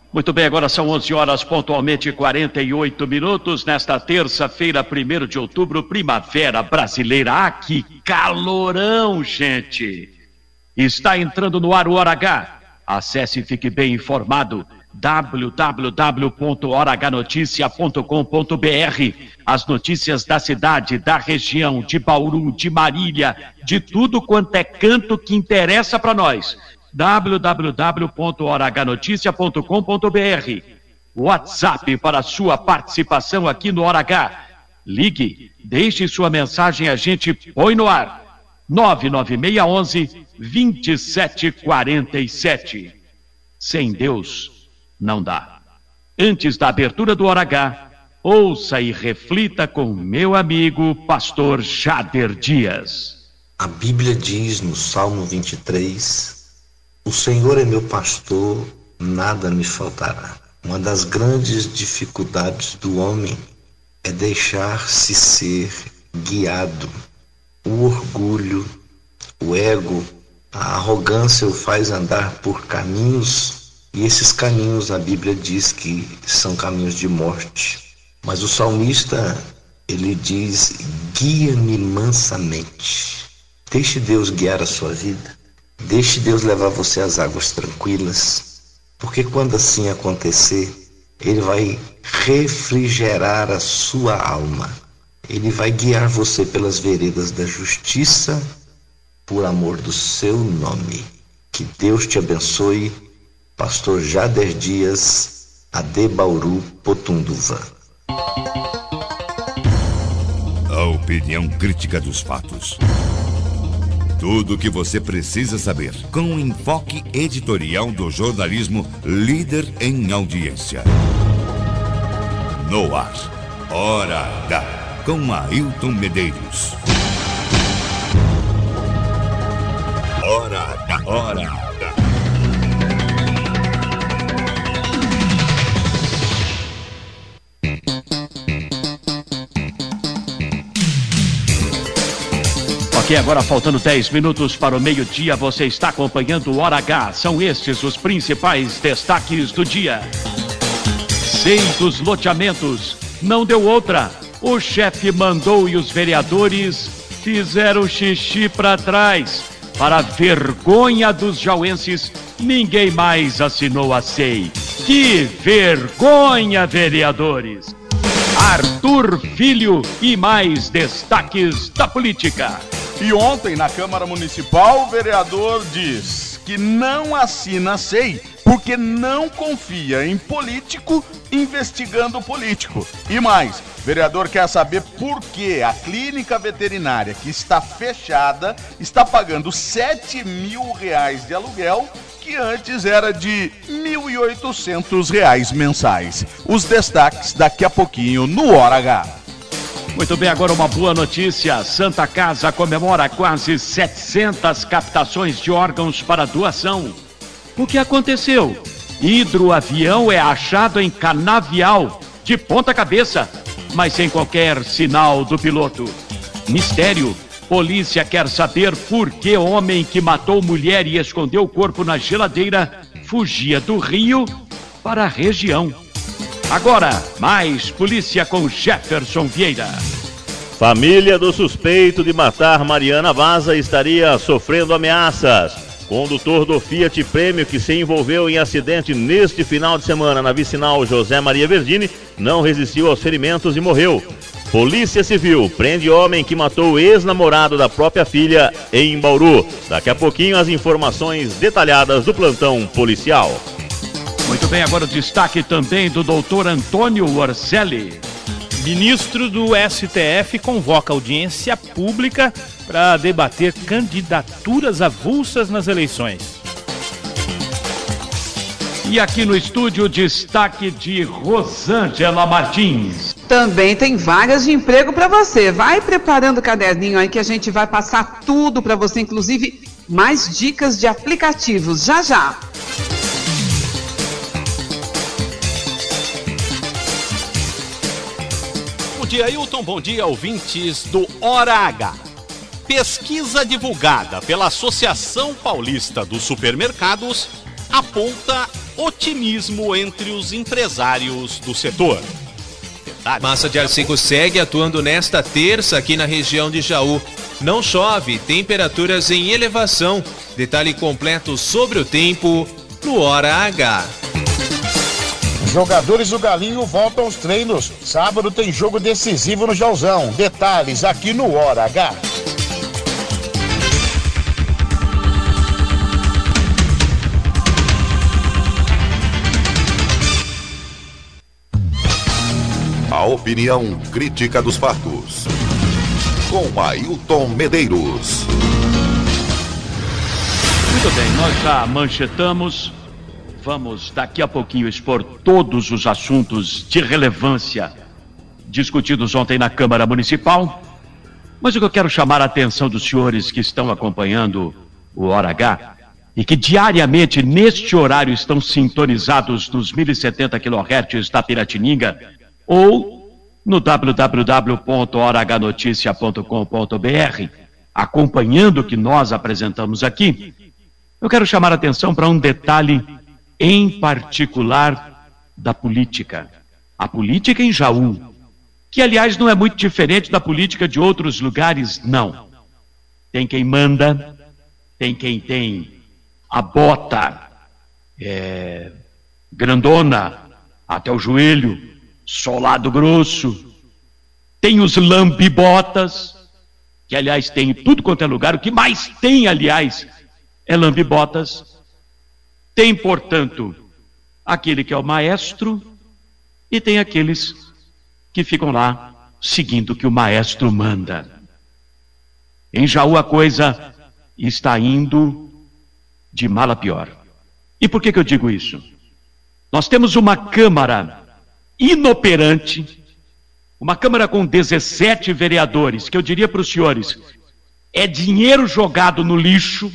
Muito bem, agora são 11 horas pontualmente 48 minutos, nesta terça-feira, 1º de outubro, primavera brasileira. Ah, que calorão, gente! Está entrando no ar o Hora H. Acesse e fique bem informado, www.horahnoticia.com.br. As notícias da cidade, da região, de Bauru, de Marília, de tudo quanto é canto que interessa para nós. www.horahnoticia.com.br. WhatsApp para sua participação aqui no Hora H. Ligue, deixe sua mensagem, a gente põe no ar. 99611-2747. Sem Deus não dá. Antes da abertura do Hora H, ouça e reflita com meu amigo pastor Jader Dias. A Bíblia diz no Salmo 23: o Senhor é meu pastor, nada me faltará. Uma das grandes dificuldades do homem é deixar-se ser guiado. O orgulho, o ego, a arrogância o faz andar por caminhos, e esses caminhos a Bíblia diz que são caminhos de morte. Mas o salmista, ele diz: guia-me mansamente. Deixe Deus guiar a sua vida. Deixe Deus levar você às águas tranquilas, porque quando assim acontecer, Ele vai refrigerar a sua alma. Ele vai guiar você pelas veredas da justiça, por amor do seu nome. Que Deus te abençoe. Pastor Jader Dias, AD Bauru, Potunduva. A opinião crítica dos fatos. Tudo o que você precisa saber, com o enfoque editorial do jornalismo líder em audiência. No ar, Hora H, com Ailton Medeiros. Hora H, Hora H. Ok, agora faltando 10 minutos para o meio-dia, você está acompanhando o Hora H. São estes os principais destaques do dia. Sem dos loteamentos, não deu outra. O chefe mandou e os vereadores fizeram xixi para trás. Para a vergonha dos jauenses, ninguém mais assinou a SEI. Que vergonha, vereadores! Arthur Filho e mais destaques da política. E ontem, na Câmara Municipal, o vereador diz que não assina a SEI porque não confia em político investigando político. E mais, o vereador quer saber por que a clínica veterinária, que está fechada, está pagando R$7.000 de aluguel, que antes era de R$1.800 mensais. Os destaques daqui a pouquinho no Hora H. Muito bem, agora uma boa notícia. Santa Casa comemora quase 700 captações de órgãos para doação. O que aconteceu? Hidroavião é achado em canavial, de ponta cabeça, mas sem qualquer sinal do piloto. Mistério. Polícia quer saber por que homem que matou mulher e escondeu o corpo na geladeira fugia do Rio para a região. Agora, mais polícia com Jefferson Vieira. Família do suspeito de matar Mariana Vaza estaria sofrendo ameaças. Condutor do Fiat Prêmio que se envolveu em acidente neste final de semana na vicinal José Maria Verdini não resistiu aos ferimentos e morreu. Polícia Civil prende homem que matou o ex-namorado da própria filha em Bauru. Daqui a pouquinho as informações detalhadas do plantão policial. Muito bem, agora o destaque também do doutor Antônio Orselli. Ministro do STF convoca audiência pública para debater candidaturas avulsas nas eleições. E aqui no estúdio, o destaque de Rosângela Martins. Também tem vagas de emprego para você. Vai preparando o caderninho aí que a gente vai passar tudo para você, inclusive mais dicas de aplicativos. Já, já. Bom dia, Ailton. Bom dia, ouvintes do Hora H. Pesquisa divulgada pela Associação Paulista dos Supermercados aponta otimismo entre os empresários do setor. Massa de ar seco segue atuando nesta terça aqui na região de Jaú. Não chove, temperaturas em elevação. Detalhe completo sobre o tempo no Hora H. Jogadores do Galinho voltam aos treinos. Sábado tem jogo decisivo no Jauzão. Detalhes aqui no Hora H. A opinião crítica dos fatos. Com Ailton Medeiros. Muito bem, nós já manchetamos. Vamos daqui a pouquinho expor todos os assuntos de relevância discutidos ontem na Câmara Municipal. Mas o que eu quero chamar a atenção dos senhores que estão acompanhando o Hora H e que diariamente neste horário estão sintonizados nos 1070 kHz da Piratininga ou no www.horahnoticia.com.br, acompanhando o que nós apresentamos aqui. Eu quero chamar a atenção para um detalhe em particular da política. A política em Jaú, que aliás não é muito diferente da política de outros lugares, não. Tem quem manda, tem quem tem a bota grandona até o joelho, solado grosso, tem os lambibotas, que aliás tem em tudo quanto é lugar, o que mais tem aliás é lambibotas. Tem, portanto, aquele que é o maestro e tem aqueles que ficam lá seguindo o que o maestro manda. Em Jaú a coisa está indo de mal a pior. E por que eu digo isso? Nós temos uma Câmara inoperante, uma Câmara com 17 vereadores, que eu diria para os senhores, é dinheiro jogado no lixo.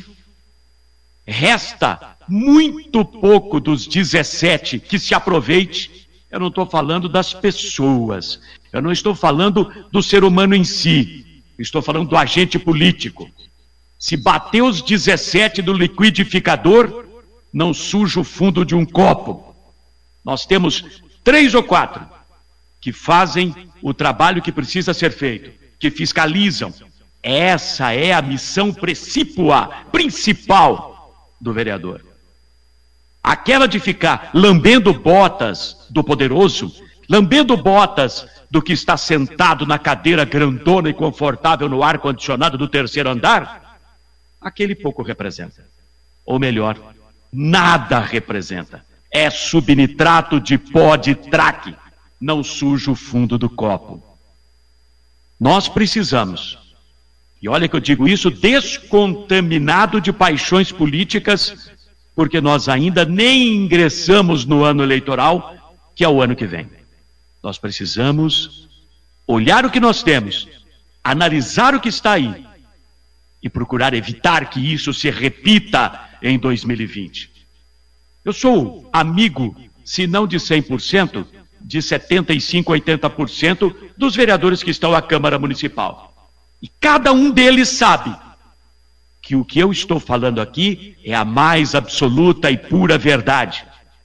Resta muito pouco dos 17 que se aproveite. Eu não estou falando das pessoas, eu não estou falando do ser humano em si, estou falando do agente político. Se bater os 17 do liquidificador, não suja o fundo de um copo. Nós temos 3 ou 4 que fazem o trabalho que precisa ser feito, que fiscalizam. Essa é a missão principal do vereador. Aquela de ficar lambendo botas do poderoso, lambendo botas do que está sentado na cadeira grandona e confortável no ar-condicionado do 3º andar, aquele pouco representa. Ou melhor, nada representa. É subnitrato de pó de traque, não suja o fundo do copo. Nós precisamos, e olha que eu digo isso descontaminado de paixões políticas, porque nós ainda nem ingressamos no ano eleitoral, que é o ano que vem. Nós precisamos olhar o que nós temos, analisar o que está aí e procurar evitar que isso se repita em 2020. Eu sou amigo, se não de 100%, de 75%, 80% dos vereadores que estão à Câmara Municipal. E cada um deles sabe que o que eu estou falando aqui é a mais absoluta e pura verdade.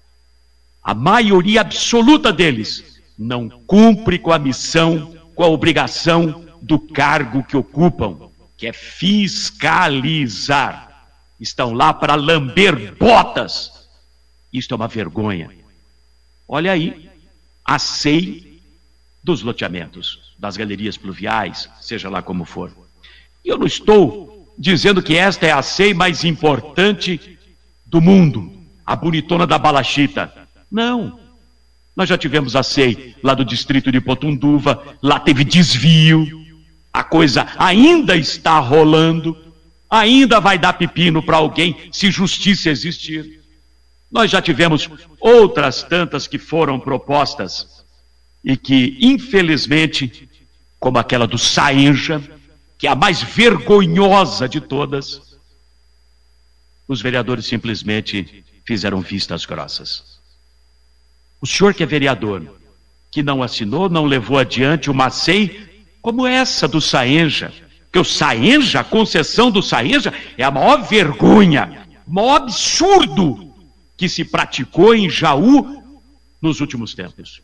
A maioria absoluta deles não cumpre com a missão, com a obrigação do cargo que ocupam, que é fiscalizar. Estão lá para lamber botas. Isto é uma vergonha. Olha aí a SEI dos loteamentos, das galerias pluviais, seja lá como for. E eu não estou dizendo que esta é a SEI mais importante do mundo, a bonitona da Balachita. Não. Nós já tivemos a SEI lá do distrito de Potunduva, lá teve desvio, a coisa ainda está rolando, ainda vai dar pepino para alguém se justiça existir. Nós já tivemos outras tantas que foram propostas e que, infelizmente, como aquela do Saenja, que é a mais vergonhosa de todas, os vereadores simplesmente fizeram vistas grossas. O senhor que é vereador, que não assinou, não levou adiante uma SEI como essa do Saenja, que o Saenja, a concessão do Saenja, é a maior vergonha, o maior absurdo que se praticou em Jaú nos últimos tempos.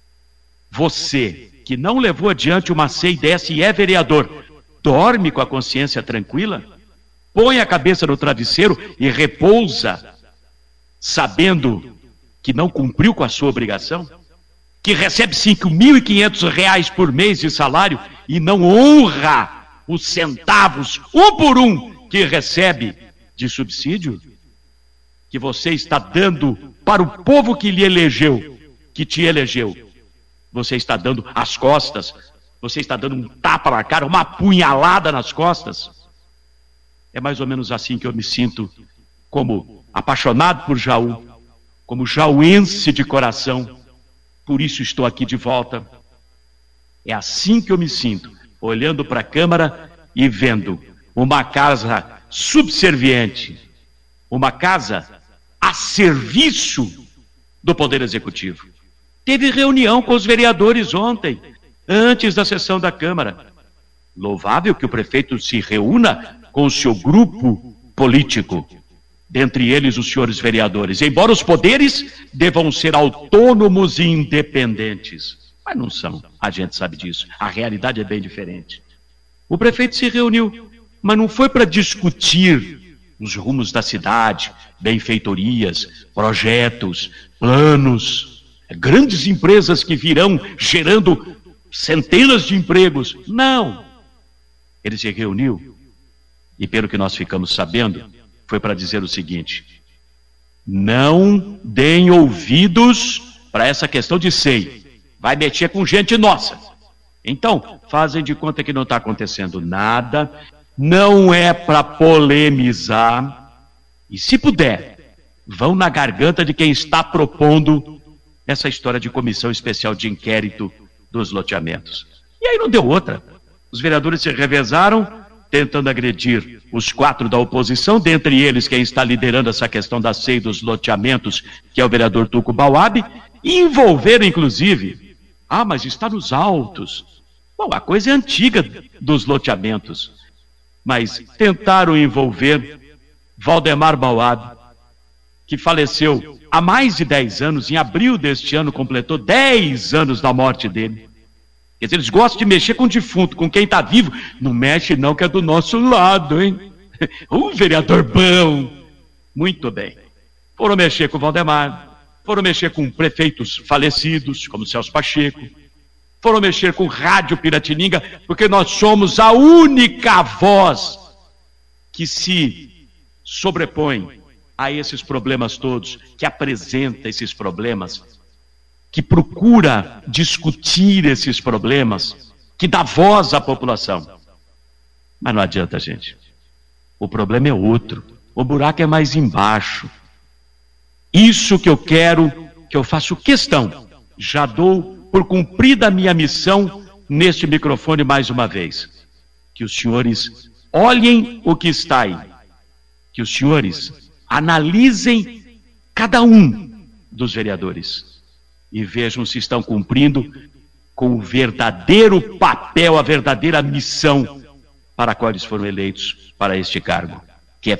Você, que não levou adiante uma CIDS e é vereador, dorme com a consciência tranquila? Põe a cabeça no travesseiro e repousa, sabendo que não cumpriu com a sua obrigação? Que recebe R$ 5.500 por mês de salário e não honra os centavos, um por um, que recebe de subsídio? Que você está dando para o povo que lhe elegeu, que te elegeu. Você está dando as costas, você está dando um tapa na cara, uma apunhalada nas costas. É mais ou menos assim que eu me sinto, como apaixonado por Jaú, como jauense de coração. Por isso estou aqui de volta. É assim que eu me sinto, olhando para a Câmara e vendo uma casa subserviente, uma casa a serviço do Poder Executivo. Teve reunião com os vereadores ontem, antes da sessão da Câmara. Louvável que o prefeito se reúna com o seu grupo político, dentre eles os senhores vereadores, embora os poderes devam ser autônomos e independentes. Mas não são, a gente sabe disso. A realidade é bem diferente. O prefeito se reuniu, mas não foi para discutir os rumos da cidade, benfeitorias, projetos, planos, grandes empresas que virão gerando centenas de empregos. Não. Ele se reuniu e, pelo que nós ficamos sabendo, foi para dizer o seguinte: não deem ouvidos para essa questão de SEI. Vai mexer com gente nossa. Então, fazem de conta que não está acontecendo nada, não é para polemizar, e se puder, vão na garganta de quem está propondo essa história de comissão especial de inquérito dos loteamentos. E aí não deu outra. Os vereadores se revezaram, tentando agredir os 4 da oposição, dentre eles quem está liderando essa questão da SEI dos loteamentos, que é o vereador Tuco Bauab, e envolveram inclusive, mas está nos autos. Bom, a coisa é antiga dos loteamentos, mas tentaram envolver Valdemar Bauab, que faleceu há mais de 10 anos, em abril deste ano completou 10 anos da morte dele. Quer dizer, eles gostam de mexer com o defunto, com quem está vivo. Não mexe não, que é do nosso lado, hein? Vereador bom. Muito bem. Foram mexer com o Valdemar, foram mexer com prefeitos falecidos, como Celso Pacheco, foram mexer com Rádio Piratininga, porque nós somos a única voz que se sobrepõe a esses problemas todos, que apresenta esses problemas, que procura discutir esses problemas, que dá voz à população. Mas não adianta, gente. O problema é outro. O buraco é mais embaixo. Isso que eu quero, que eu faço questão, já dou por cumprida a minha missão neste microfone mais uma vez. Que os senhores olhem o que está aí. Que os senhores analisem cada um dos vereadores e vejam se estão cumprindo com o verdadeiro papel, a verdadeira missão para a qual eles foram eleitos para este cargo, que é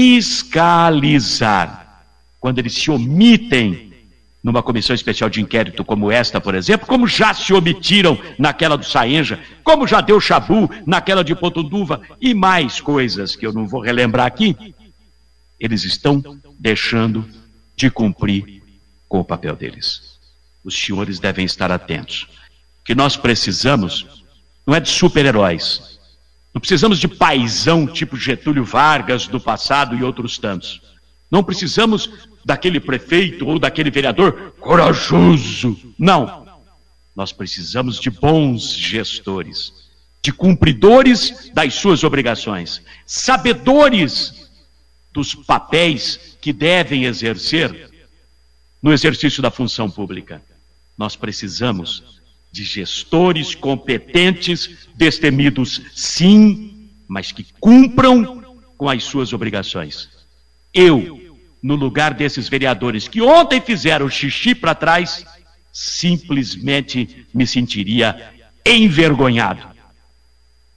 fiscalizar. Quando eles se omitem numa comissão especial de inquérito como esta, por exemplo, como já se omitiram naquela do Saenja, como já deu chabu naquela de Potunduva e mais coisas que eu não vou relembrar aqui, eles estão deixando de cumprir com o papel deles. Os senhores devem estar atentos. O que nós precisamos não é de super-heróis. Não precisamos de paizão tipo Getúlio Vargas do passado e outros tantos. Não precisamos daquele prefeito ou daquele vereador corajoso. Não. Nós precisamos de bons gestores, de cumpridores das suas obrigações, sabedores dos papéis que devem exercer no exercício da função pública. Nós precisamos de gestores competentes, destemidos, sim, mas que cumpram com as suas obrigações. Eu, no lugar desses vereadores que ontem fizeram xixi para trás, simplesmente me sentiria envergonhado.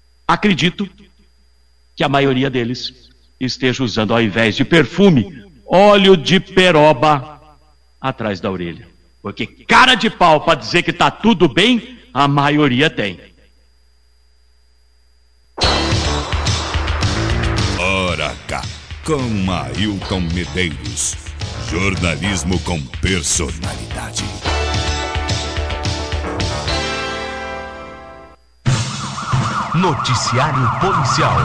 Acredito que a maioria deles esteja usando, ao invés de perfume, óleo de peroba atrás da orelha. Porque cara de pau para dizer que tá tudo bem, a maioria tem. Hora H, com Ailton Medeiros. Jornalismo com personalidade. Noticiário Policial.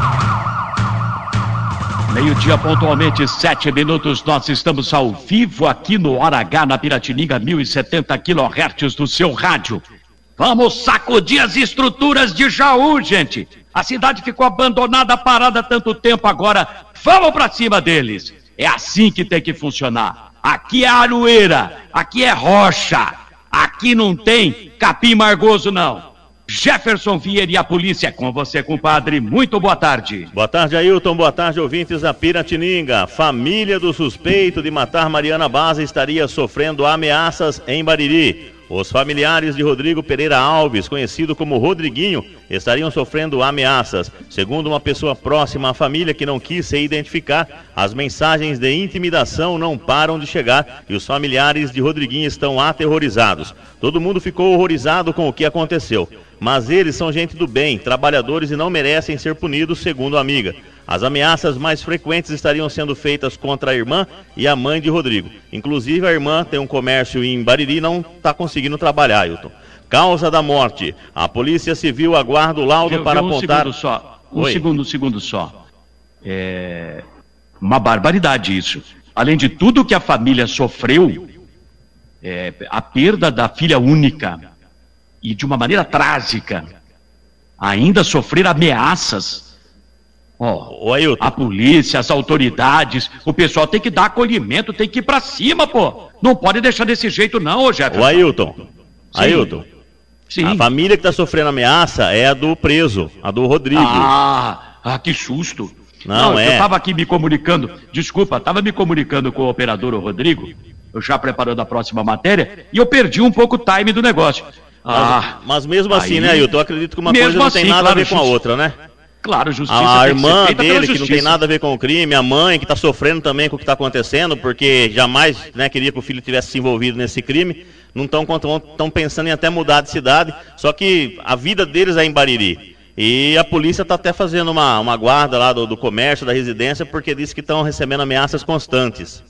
Meio-dia, pontualmente, 7 minutos, nós estamos ao vivo aqui no Hora H, na Piratininga, 1070 kHz do seu rádio. Vamos sacudir as estruturas de Jaú, gente. A cidade ficou abandonada, parada há tanto tempo agora. Vamos pra cima deles. É assim que tem que funcionar. Aqui é aroeira, aqui é rocha. Aqui não tem capim margoso, não. Jefferson Vieira e a polícia, com você, compadre. Muito boa tarde. Boa tarde, Ailton. Boa tarde, ouvintes da Piratininga. Família do suspeito de matar Mariana Baza estaria sofrendo ameaças em Bariri. Os familiares de Rodrigo Pereira Alves, conhecido como Rodriguinho, estariam sofrendo ameaças. Segundo uma pessoa próxima à família que não quis se identificar, as mensagens de intimidação não param de chegar e os familiares de Rodriguinho estão aterrorizados. Todo mundo ficou horrorizado com o que aconteceu. Mas eles são gente do bem, trabalhadores e não merecem ser punidos, segundo a amiga. As ameaças mais frequentes estariam sendo feitas contra a irmã e a mãe de Rodrigo. Inclusive, a irmã tem um comércio em Bariri e não está conseguindo trabalhar, Ailton. Causa da morte. A Polícia Civil aguarda o laudo para apontar... Um segundo só. É uma barbaridade isso. Além de tudo que a família sofreu, a perda da filha única e de uma maneira trágica, ainda sofrer ameaças... a polícia, as autoridades, o pessoal tem que dar acolhimento, tem que ir pra cima, pô. Não pode deixar desse jeito não, Jefferson. Ailton. Sim. A família que tá sofrendo ameaça é a do preso, a do Rodrigo. Que susto. Não, eu tava aqui me comunicando, tava me comunicando com o operador, o Rodrigo, eu já preparando a próxima matéria, e eu perdi um pouco o time do negócio. Mas mesmo assim, né, Ailton, eu acredito que uma coisa não tem nada a ver com a outra, né? Claro, justiça. A irmã dele, que não tem nada a ver com o crime, a mãe que está sofrendo também com o que está acontecendo, porque jamais, né, queria que o filho tivesse se envolvido nesse crime, não estão pensando em até mudar de cidade, só que a vida deles é em Bariri. E a polícia está até fazendo uma guarda lá do comércio, da residência, porque diz que estão recebendo ameaças constantes.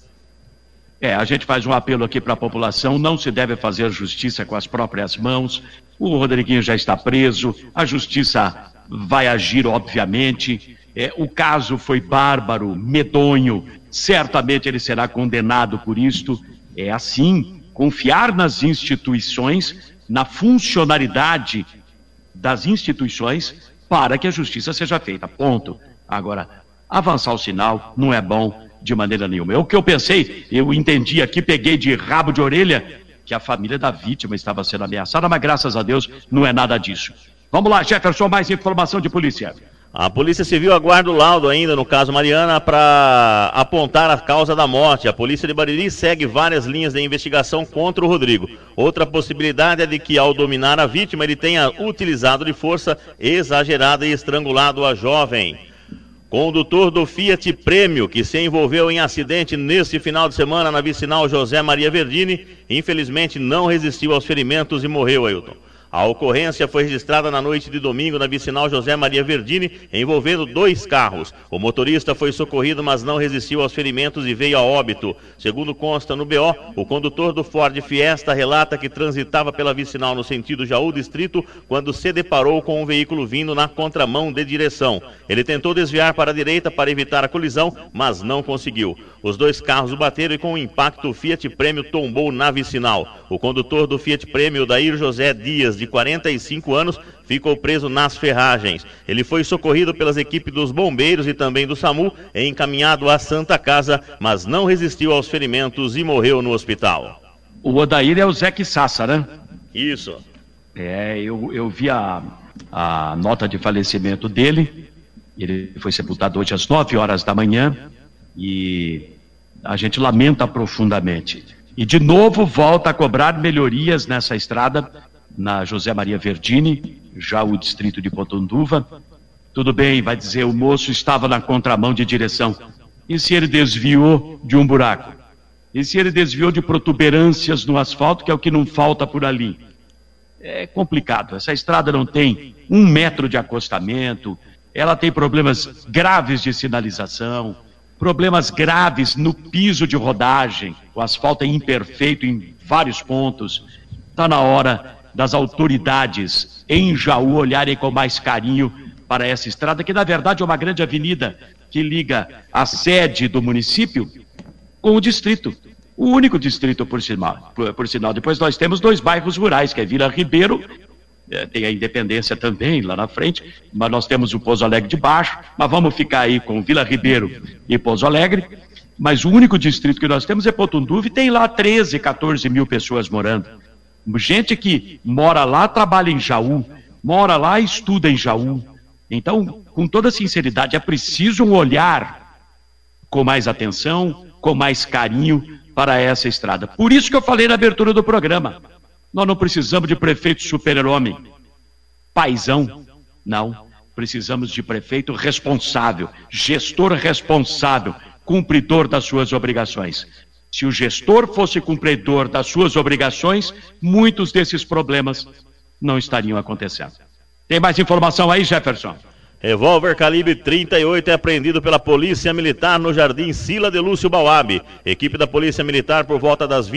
A gente faz um apelo aqui para a população, não se deve fazer justiça com as próprias mãos. O Rodriguinho já está preso, a justiça vai agir, obviamente. O caso foi bárbaro, medonho, certamente ele será condenado por isto. É assim, confiar nas instituições, na funcionalidade das instituições para que a justiça seja feita, ponto. Agora, avançar o sinal não é bom de maneira nenhuma. O que eu pensei, eu entendi aqui, peguei de rabo de orelha que a família da vítima estava sendo ameaçada, mas graças a Deus não é nada disso. Vamos lá, Jefferson, mais informação de polícia. A Polícia Civil aguarda o laudo ainda no caso Mariana para apontar a causa da morte. A Polícia de Bariri segue várias linhas de investigação contra o Rodrigo. Outra possibilidade é de que, ao dominar a vítima, ele tenha utilizado de força exagerada e estrangulado a jovem. Condutor do Fiat Prêmio, que se envolveu em acidente neste final de semana na vicinal José Maria Verdini, infelizmente não resistiu aos ferimentos e morreu, Ailton. A ocorrência foi registrada na noite de domingo na vicinal José Maria Verdini, envolvendo 2 carros. O motorista foi socorrido, mas não resistiu aos ferimentos e veio a óbito. Segundo consta no BO, o condutor do Ford Fiesta relata que transitava pela vicinal no sentido Jaú Distrito quando se deparou com um veículo vindo na contramão de direção. Ele tentou desviar para a direita para evitar a colisão, mas não conseguiu. Os 2 carros o bateram e com o impacto o Fiat Prêmio tombou na vicinal. O condutor do Fiat Prêmio, Dair José Dias, de 45 anos, ficou preso nas ferragens. Ele foi socorrido pelas equipes dos bombeiros e também do SAMU e encaminhado à Santa Casa, mas não resistiu aos ferimentos e morreu no hospital. O Odair é o Zé Sassa, né? Isso. Eu vi a nota de falecimento dele. Ele foi sepultado hoje às 9 horas da manhã e a gente lamenta profundamente. E de novo volta a cobrar melhorias nessa estrada, na José Maria Verdini, já o distrito de Potunduva. Tudo bem, vai dizer, o moço estava na contramão de direção. E se ele desviou de um buraco? E se ele desviou de protuberâncias no asfalto, que é o que não falta por ali? É complicado. Essa estrada não tem 1 metro de acostamento, ela tem problemas graves de sinalização, problemas graves no piso de rodagem, o asfalto é imperfeito em vários pontos. Está na hora das autoridades em Jaú olharem com mais carinho para essa estrada, que na verdade é uma grande avenida que liga a sede do município com o distrito. O único distrito, por sinal. Depois nós temos 2 bairros rurais, que é Vila Ribeiro, tem a Independência também lá na frente, mas nós temos o Pouso Alegre de baixo, mas vamos ficar aí com Vila Ribeiro e Pouso Alegre. Mas o único distrito que nós temos é Potunduva, e tem lá 13, 14 mil pessoas morando. Gente que mora lá, trabalha em Jaú, mora lá, estuda em Jaú. Então, com toda sinceridade, é preciso um olhar com mais atenção, com mais carinho para essa estrada. Por isso que eu falei na abertura do programa, nós não precisamos de prefeito super-homem, paizão, não. Precisamos de prefeito responsável, gestor responsável, cumpridor das suas obrigações. Se o gestor fosse cumpridor das suas obrigações, muitos desses problemas não estariam acontecendo. Tem mais informação aí, Jefferson? Revólver calibre 38 é apreendido pela Polícia Militar no Jardim Sila de Lúcio Bauab. Equipe da Polícia Militar, por volta das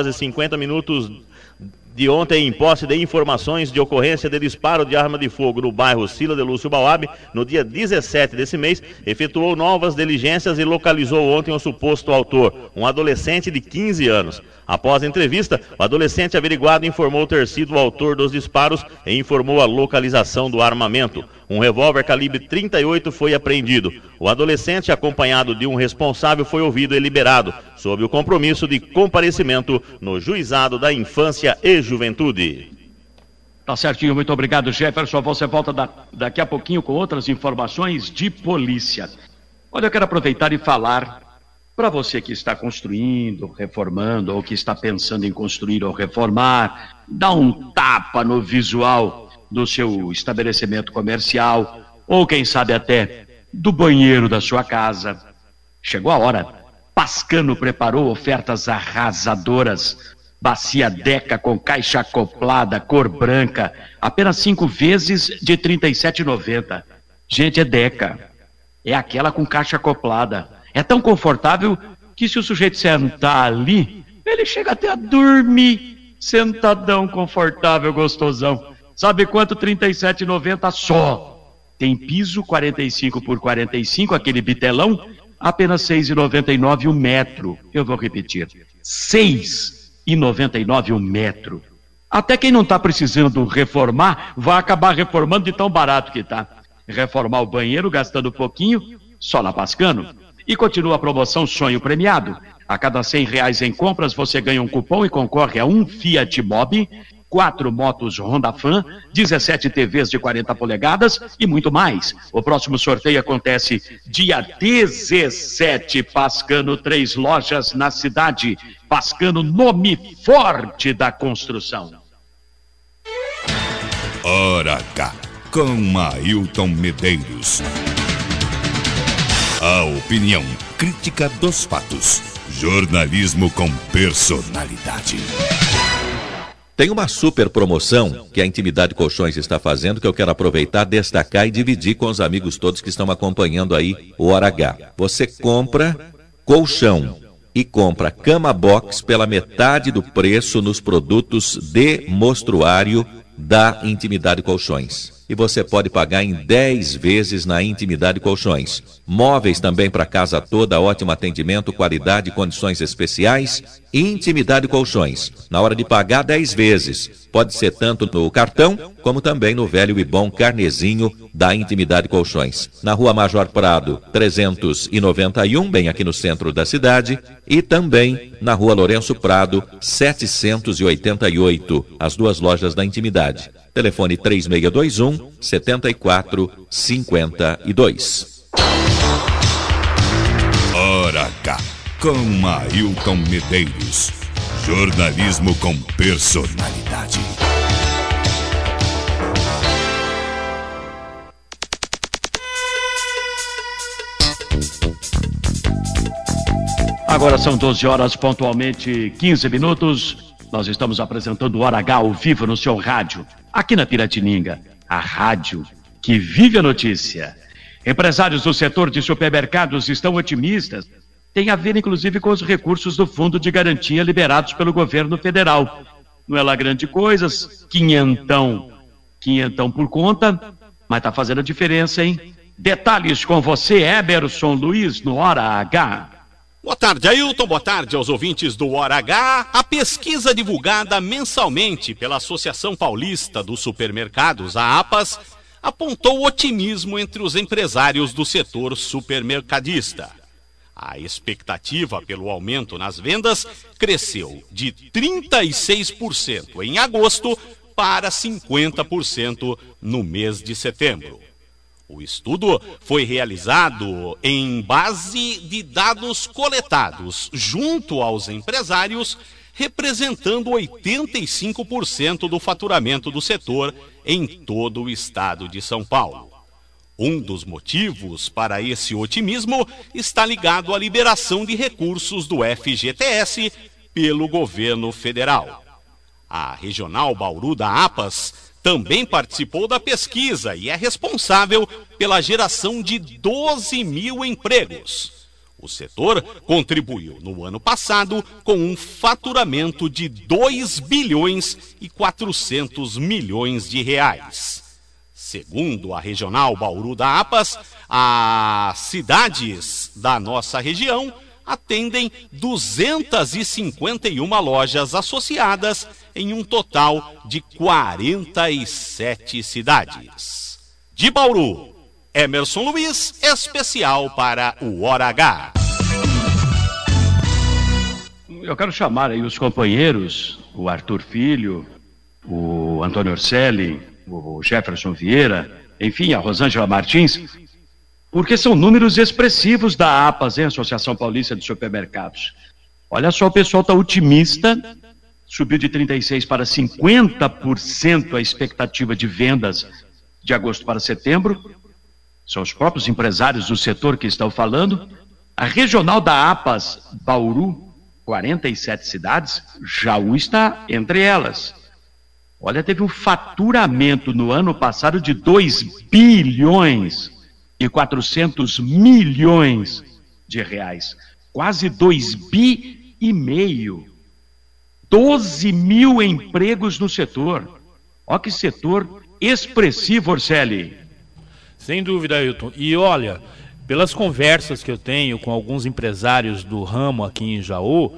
21h50 de ontem, em posse de informações de ocorrência de disparo de arma de fogo no bairro Sila de Lúcio Bauab, no dia 17 desse mês, efetuou novas diligências e localizou ontem o suposto autor, um adolescente de 15 anos. Após a entrevista, o adolescente averiguado informou ter sido o autor dos disparos e informou a localização do armamento. Um revólver calibre 38 foi apreendido. O adolescente, acompanhado de um responsável, foi ouvido e liberado, sob o compromisso de comparecimento no Juizado da Infância e Juventude. Tá certinho, muito obrigado, Jefferson. Você volta daqui a pouquinho com outras informações de polícia. Olha, eu quero aproveitar e falar para você que está construindo, reformando, ou que está pensando em construir ou reformar, dá um tapa no visual do seu estabelecimento comercial, ou quem sabe até do banheiro da sua casa. Chegou a hora. Pascano preparou ofertas arrasadoras. Bacia Deca com caixa acoplada, cor branca, apenas 5 vezes de R$ 37,90. Gente, é Deca. É aquela com caixa acoplada. É tão confortável que se o sujeito sentar ali, ele chega até a dormir, sentadão, confortável, gostosão. Sabe quanto? R$ 37,90 só. Tem piso 45 por 45, aquele bitelão, apenas R$ 6,99 o metro. Eu vou repetir, R$ 6,99 o metro. Até quem não está precisando reformar, vai acabar reformando de tão barato que está. Reformar o banheiro gastando pouquinho, só na Pascano. E continua a promoção Sonho Premiado. A cada R$100 em compras, você ganha um cupom e concorre a um Fiat Mobi, 4 motos Honda Fan, 17 TVs de 40 polegadas e muito mais. O próximo sorteio acontece dia 17. Pascano, 3 lojas na cidade. Pascano, nome forte da construção. Hora H, com Ailton Medeiros. A opinião crítica dos fatos. Jornalismo com personalidade. Tem uma super promoção que a Intimidade Colchões está fazendo, que eu quero aproveitar, destacar e dividir com os amigos todos que estão acompanhando aí o Hora H. Você compra colchão e compra cama box pela metade do preço nos produtos de mostruário da Intimidade Colchões. E você pode pagar em 10 vezes na Intimidade Colchões. Móveis também para casa toda, ótimo atendimento, qualidade e condições especiais. Intimidade Colchões. Na hora de pagar, 10 vezes. Pode ser tanto no cartão, como também no velho e bom carnezinho da Intimidade Colchões. Na Rua Major Prado, 391, bem aqui no centro da cidade. E também na Rua Lourenço Prado, 788. As 2 lojas da Intimidade. Telefone 3621-7452. Hora H, com Ailton Medeiros. Jornalismo com personalidade. Agora são 12 horas, pontualmente 15 minutos. Nós estamos apresentando o Hora H ao vivo no seu rádio, aqui na Piratininga, a rádio que vive a notícia. Empresários do setor de supermercados estão otimistas. Tem a ver, inclusive, com os recursos do Fundo de Garantia liberados pelo governo federal. Não é lá grande coisa, quinhentão por conta, mas tá fazendo a diferença, hein? Detalhes com você, Emerson Luiz, no Hora H. Boa tarde, Ailton. Boa tarde aos ouvintes do Hora H. A pesquisa divulgada mensalmente pela Associação Paulista dos Supermercados, a APAS, apontou otimismo entre os empresários do setor supermercadista. A expectativa pelo aumento nas vendas cresceu de 36% em agosto para 50% no mês de setembro. O estudo foi realizado em base de dados coletados junto aos empresários, representando 85% do faturamento do setor em todo o estado de São Paulo. Um dos motivos para esse otimismo está ligado à liberação de recursos do FGTS pelo governo federal. A Regional Bauru da APAS também participou da pesquisa e é responsável pela geração de 12 mil empregos. O setor contribuiu no ano passado com um faturamento de 2 bilhões e 400 milhões de reais. Segundo a Regional Bauru da APAS, as cidades da nossa região atendem 251 lojas associadas em um total de 47 cidades. De Bauru, Emerson Luiz, especial para o Hora H. Eu quero chamar aí os companheiros, o Arthur Filho, o Antônio Orselli, o Jefferson Vieira, enfim, a Rosângela Martins, porque são números expressivos da APAS, hein, Associação Paulista de Supermercados. Olha só, o pessoal está otimista, subiu de 36% para 50% a expectativa de vendas de agosto para setembro. São os próprios empresários do setor que estão falando. A regional da APAS, Bauru, 47 cidades, Jaú está entre elas. Olha, teve um faturamento no ano passado de 2 bilhões e 400 milhões de reais. Quase 2,5 bi. 12 mil empregos no setor. Olha que setor expressivo, Orselli. Sem dúvida, Ailton. E olha, pelas conversas que eu tenho com alguns empresários do ramo aqui em Jaú,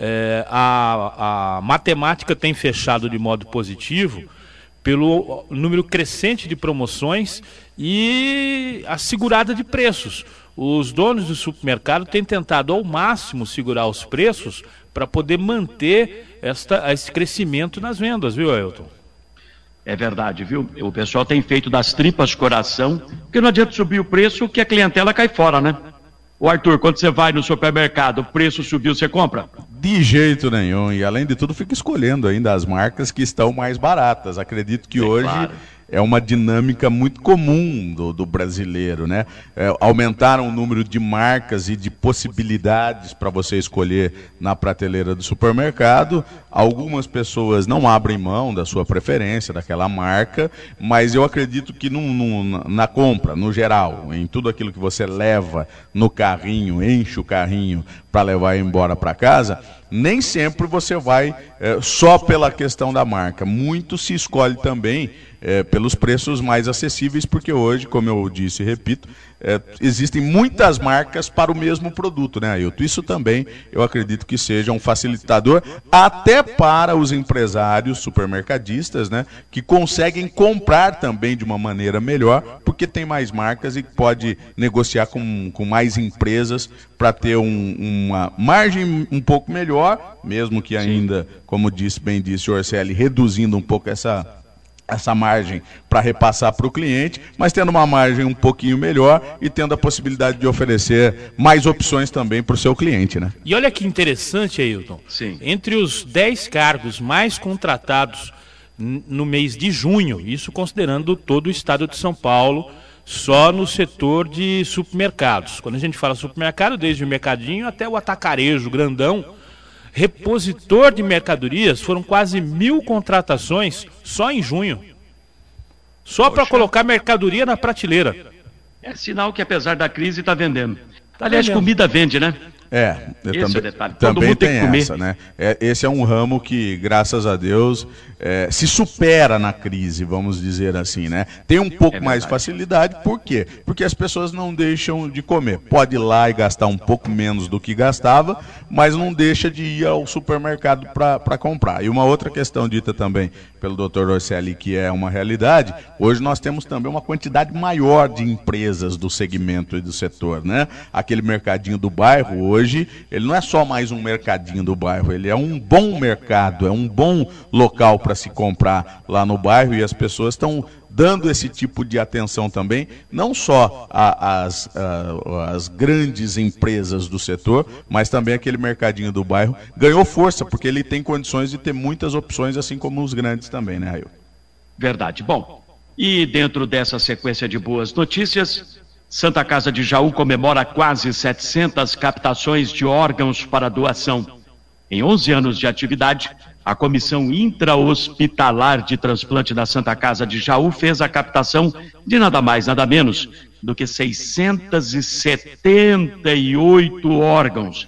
a matemática tem fechado de modo positivo pelo número crescente de promoções e a segurada de preços. Os donos do supermercado têm tentado ao máximo segurar os preços para poder manter esse crescimento nas vendas, viu, Ailton? É verdade, viu? O pessoal tem feito das tripas coração, porque não adianta subir o preço que a clientela cai fora, né? Ô Arthur, quando você vai no supermercado, o preço subiu, você compra? De jeito nenhum, e além de tudo fica escolhendo ainda as marcas que estão mais baratas. Acredito que hoje é uma dinâmica muito comum do brasileiro, né? Aumentaram o número de marcas e de possibilidades para você escolher na prateleira do supermercado. Algumas pessoas não abrem mão da sua preferência, daquela marca, mas eu acredito que na compra, no geral, em tudo aquilo que você leva no carrinho, enche o carrinho para levar embora para casa, nem sempre você vai só pela questão da marca. Muito se escolhe também pelos preços mais acessíveis, porque hoje, como eu disse e repito, existem muitas marcas para o mesmo produto, né, Ailton? Isso também eu acredito que seja um facilitador até para os empresários supermercadistas, né, que conseguem comprar também de uma maneira melhor, porque tem mais marcas e pode negociar com mais empresas para ter uma margem um pouco melhor, mesmo que ainda, como bem disse o Orselli, reduzindo um pouco essa margem para repassar para o cliente, mas tendo uma margem um pouquinho melhor e tendo a possibilidade de oferecer mais opções também para o seu cliente, né? E olha que interessante, Ailton. Sim. Entre os 10 cargos mais contratados no mês de junho, isso considerando todo o estado de São Paulo, só no setor de supermercados. Quando a gente fala supermercado, desde o mercadinho até o atacarejo grandão, repositor de mercadorias, foram quase 1.000 contratações só em junho. Só para colocar mercadoria na prateleira. É sinal que apesar da crise está vendendo. Aliás, comida vende, né? Esse é o detalhe. Também tem essa, né? Esse é um ramo que, graças a Deus, se supera na crise, vamos dizer assim, né? Tem um pouco mais de facilidade, por quê? Porque as pessoas não deixam de comer. Pode ir lá e gastar um pouco menos do que gastava, mas não deixa de ir ao supermercado para comprar. E uma outra questão dita também pelo Dr. Orselli, que é uma realidade, hoje nós temos também uma quantidade maior de empresas do segmento e do setor, né? Aquele mercadinho do bairro, hoje, ele não é só mais um mercadinho do bairro, ele é um bom mercado, é um bom local para se comprar lá no bairro, e as pessoas estão dando esse tipo de atenção também, não só às grandes empresas do setor, mas também aquele mercadinho do bairro ganhou força, porque ele tem condições de ter muitas opções, assim como os grandes também, né, Rail? Verdade. Bom, e dentro dessa sequência de boas notícias, Santa Casa de Jaú comemora quase 700 captações de órgãos para doação. Em 11 anos de atividade, a Comissão Intra-Hospitalar de Transplante da Santa Casa de Jaú fez a captação de nada mais, nada menos do que 678 órgãos.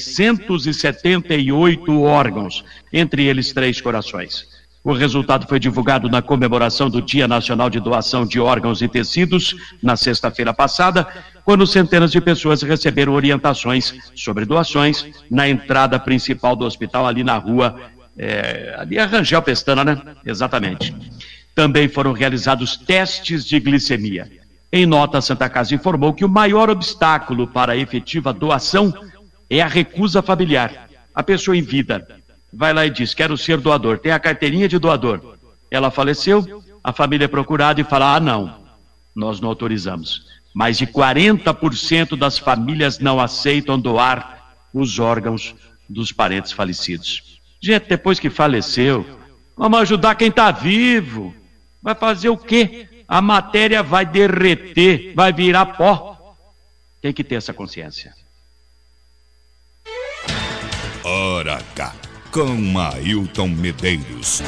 678 órgãos, entre eles 3 corações. O resultado foi divulgado na comemoração do Dia Nacional de Doação de Órgãos e Tecidos, na sexta-feira passada, quando centenas de pessoas receberam orientações sobre doações na entrada principal do hospital, ali na rua, ali a Rangel Pestana, né? Exatamente. Também foram realizados testes de glicemia. Em nota, a Santa Casa informou que o maior obstáculo para a efetiva doação é a recusa familiar. A pessoa em vida vai lá e diz, quero ser doador, tem a carteirinha de doador. Ela faleceu, a família é procurada e fala, não, nós não autorizamos. Mais de 40% das famílias não aceitam doar os órgãos dos parentes falecidos. Gente, depois que faleceu, vamos ajudar quem está vivo. Vai fazer o quê? A matéria vai derreter, vai virar pó. Tem que ter essa consciência. Hora H, com Ailton Medeiros.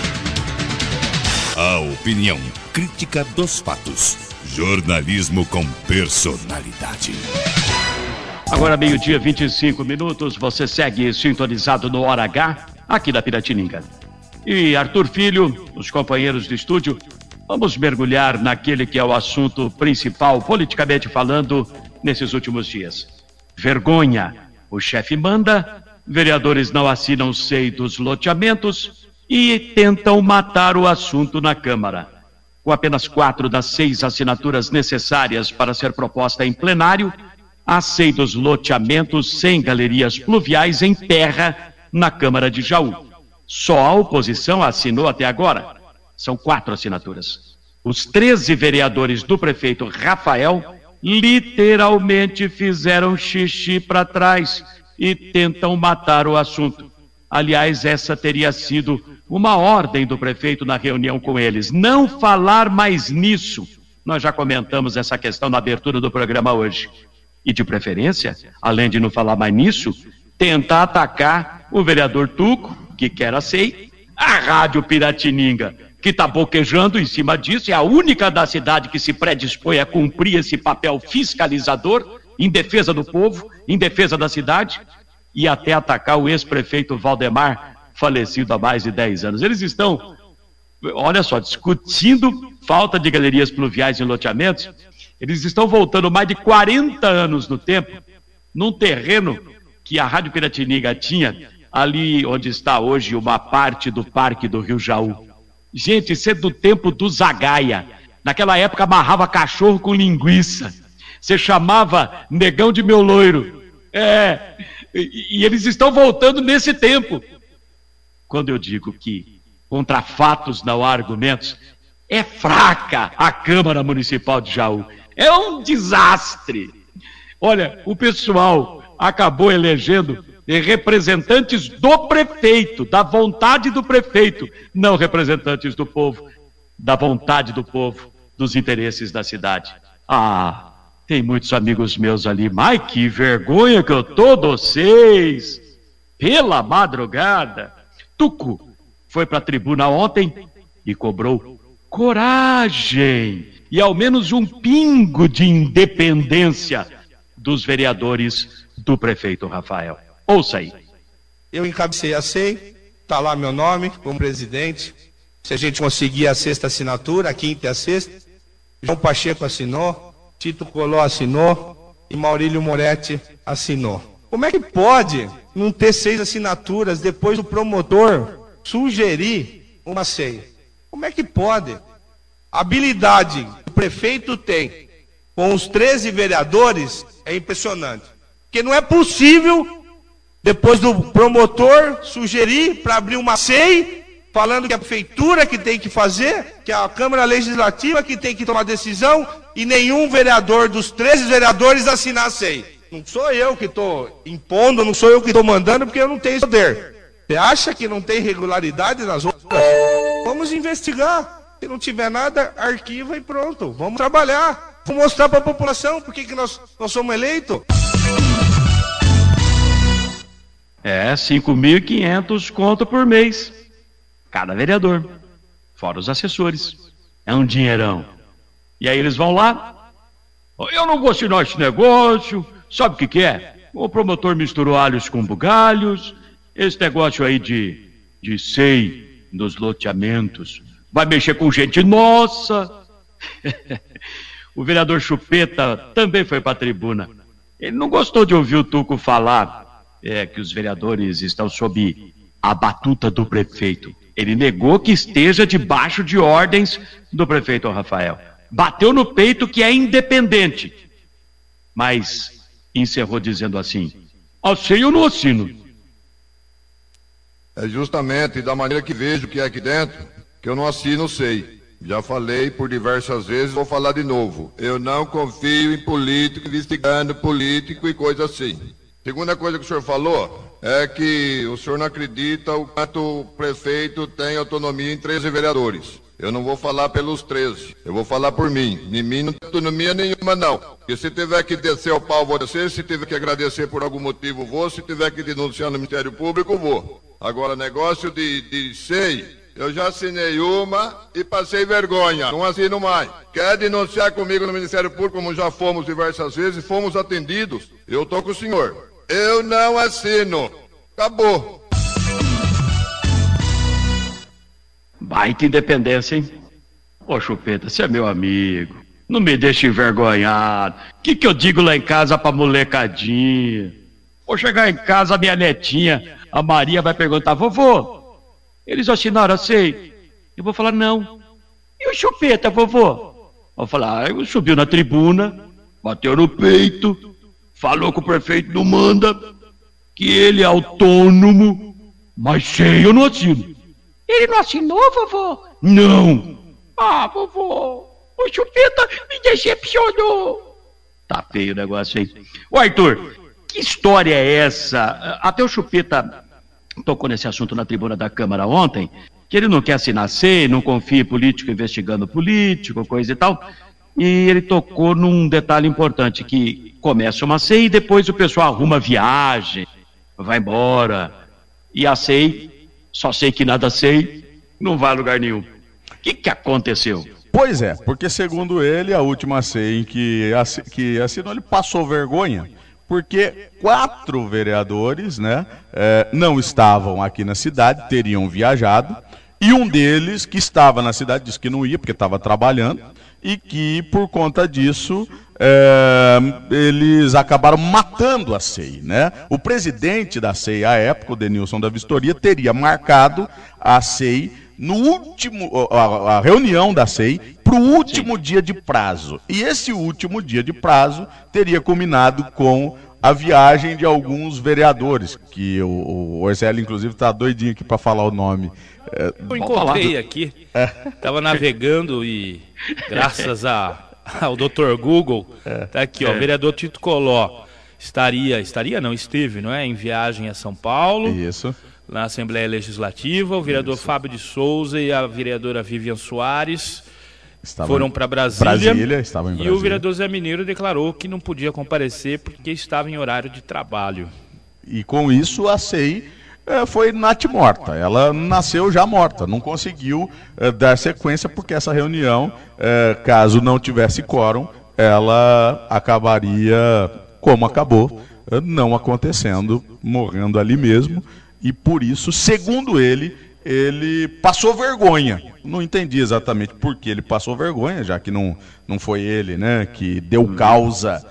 A opinião crítica dos fatos. Jornalismo com personalidade. Agora, 12h25, você segue sintonizado no Hora H, aqui da Piratininga. E Arthur Filho, os companheiros de estúdio, vamos mergulhar naquele que é o assunto principal, politicamente falando, nesses últimos dias. Vergonha. O chefe manda, vereadores não assinam o SEI dos loteamentos e tentam matar o assunto na Câmara. Com apenas 4 das 6 assinaturas necessárias para ser proposta em plenário, a SEI dos loteamentos sem galerias pluviais emperra na Câmara de Jaú. Só a oposição assinou até agora. São 4 assinaturas. Os 13 vereadores do prefeito Rafael literalmente fizeram xixi para trás e tentam matar o assunto. Aliás, essa teria sido uma ordem do prefeito na reunião com eles. Não falar mais nisso. Nós já comentamos essa questão na abertura do programa hoje. E de preferência, além de não falar mais nisso, tentar atacar o vereador Tuco, que quer a SEI, a Rádio Piratininga, que está boquejando em cima disso, é a única da cidade que se predispõe a cumprir esse papel fiscalizador, em defesa do povo, em defesa da cidade, e até atacar o ex-prefeito Valdemar, falecido há mais de 10 anos. Eles estão, olha só, discutindo falta de galerias pluviais em loteamentos. Eles estão voltando mais de 40 anos no tempo, num terreno que a Rádio Piratininga tinha, ali onde está hoje uma parte do Parque do Rio Jaú. Gente, isso é do tempo do Zagaia. Naquela época amarrava cachorro com linguiça. Você chamava negão de meu loiro. E eles estão voltando nesse tempo. Quando eu digo que contra fatos não há argumentos, é fraca a Câmara Municipal de Jaú. É um desastre. Olha, o pessoal acabou elegendo representantes do prefeito, da vontade do prefeito, não representantes do povo, da vontade do povo. dos interesses da cidade. Ah, tem muitos amigos meus ali, mas que vergonha que eu tô de vocês! Pela madrugada, Tuco foi para a tribuna ontem e cobrou coragem e ao menos um pingo de independência dos vereadores do prefeito Rafael. Ouça aí. Eu encabecei a SEI, está lá meu nome como presidente. Se a gente conseguir a sexta assinatura, a quinta e a sexta, João Pacheco assinou, Tito Coló assinou e Maurílio Moretti assinou. Como é que pode não ter 6 assinaturas depois do promotor sugerir uma SEI? Como é que pode? A habilidade que o prefeito tem com os 13 vereadores é impressionante. Porque não é possível, depois do promotor sugerir para abrir uma SEI, falando que a prefeitura que tem que fazer, que a Câmara Legislativa que tem que tomar decisão, e nenhum vereador dos 13 vereadores assinar a SEI. Não sou eu que estou impondo, não sou eu que estou mandando, porque eu não tenho esse poder. Você acha que não tem irregularidade nas outras? Vamos investigar. Se não tiver nada, arquiva e pronto. Vamos trabalhar. Vamos mostrar para a população por que nós somos eleitos. É, 5.500 conto por mês. Cada vereador. Fora os assessores. É um dinheirão. E aí eles vão lá. Eu não vou assinar esse negócio. Sabe o que é? O promotor misturou alhos com bugalhos. Esse negócio aí de SEI nos loteamentos vai mexer com gente nossa. O vereador Chupeta também foi para a tribuna. Ele não gostou de ouvir o Tuco falar que os vereadores estão sob a batuta do prefeito. Ele negou que esteja debaixo de ordens do prefeito Rafael. Bateu no peito que é independente. Mas encerrou dizendo assim: assim eu não assino. É justamente da maneira que vejo que é aqui dentro que eu não assino SEI. Já falei por diversas vezes, vou falar de novo. Eu não confio em político, investigando político e coisa assim. Segunda coisa que o senhor falou é que o senhor não acredita o quanto o prefeito tem autonomia em 13 vereadores. Eu não vou falar pelos 13, eu vou falar por mim. Em mim não tem autonomia nenhuma, não. E se tiver que descer o pau, vou descer. Se tiver que agradecer por algum motivo, vou. Se tiver que denunciar no Ministério Público, vou. Agora, negócio de SEI, eu já assinei uma e passei vergonha. Não assino mais. Quer denunciar comigo no Ministério Público, como já fomos diversas vezes, fomos atendidos. Eu tô com o senhor. Eu não assino. Acabou. Baita independência, hein? Ô, Chupeta, você é meu amigo. Não me deixe envergonhado. O que eu digo lá em casa pra molecadinha? Vou chegar em casa, a minha netinha, a Maria, vai perguntar: vovô, eles assinaram a SEI? Eu vou falar: não. E o Chupeta, vovô? Eu vou falar: eu subiu na tribuna, bateu no peito, falou que o prefeito não manda, que ele é autônomo, mas SEI eu não assino. Ele não assinou, vovô? Não. Ah, vovô, o Chupeta me decepcionou. Tá feio o negócio aí. Ô, Arthur, que história é essa? Até o Chupeta tocou nesse assunto na tribuna da Câmara ontem, que ele não quer assinar SEI, não confia em político investigando político, coisa e tal. E ele tocou num detalhe importante, que começa uma SEI e depois o pessoal arruma viagem, vai embora. E a SEI... Só sei que nada sei, não vai a lugar nenhum. O que aconteceu? Pois é, porque segundo ele, a última SEI que assinou, ele passou vergonha, porque 4 vereadores, né, não estavam aqui na cidade, teriam viajado, e um deles, que estava na cidade, disse que não ia, porque estava trabalhando, e que, por conta disso, eles acabaram matando a SEI, né? O presidente da SEI, à época, o Denilson da Vistoria, teria marcado a SEI no último, a reunião da SEI, para o último dia de prazo. E esse último dia de prazo teria culminado com a viagem de alguns vereadores, que o Orcélio, inclusive, está doidinho aqui para falar o nome. Eu encontrei aqui, estava navegando e graças ao Dr. Google, tá aqui, ó, o vereador Tito Coló esteve, não é, em viagem a São Paulo. Isso. Na Assembleia Legislativa, o vereador Fábio de Souza e a vereadora Vivian Soares foram para Brasília, estavam em Brasília. E o vereador Zé Mineiro declarou que não podia comparecer porque estava em horário de trabalho. E com isso a SEI foi natimorta, ela nasceu já morta, não conseguiu dar sequência porque essa reunião, caso não tivesse quórum, ela acabaria como acabou, não acontecendo, morrendo ali mesmo, e por isso, segundo ele passou vergonha. Não entendi exatamente por que ele passou vergonha, já que não foi ele, né, que deu causa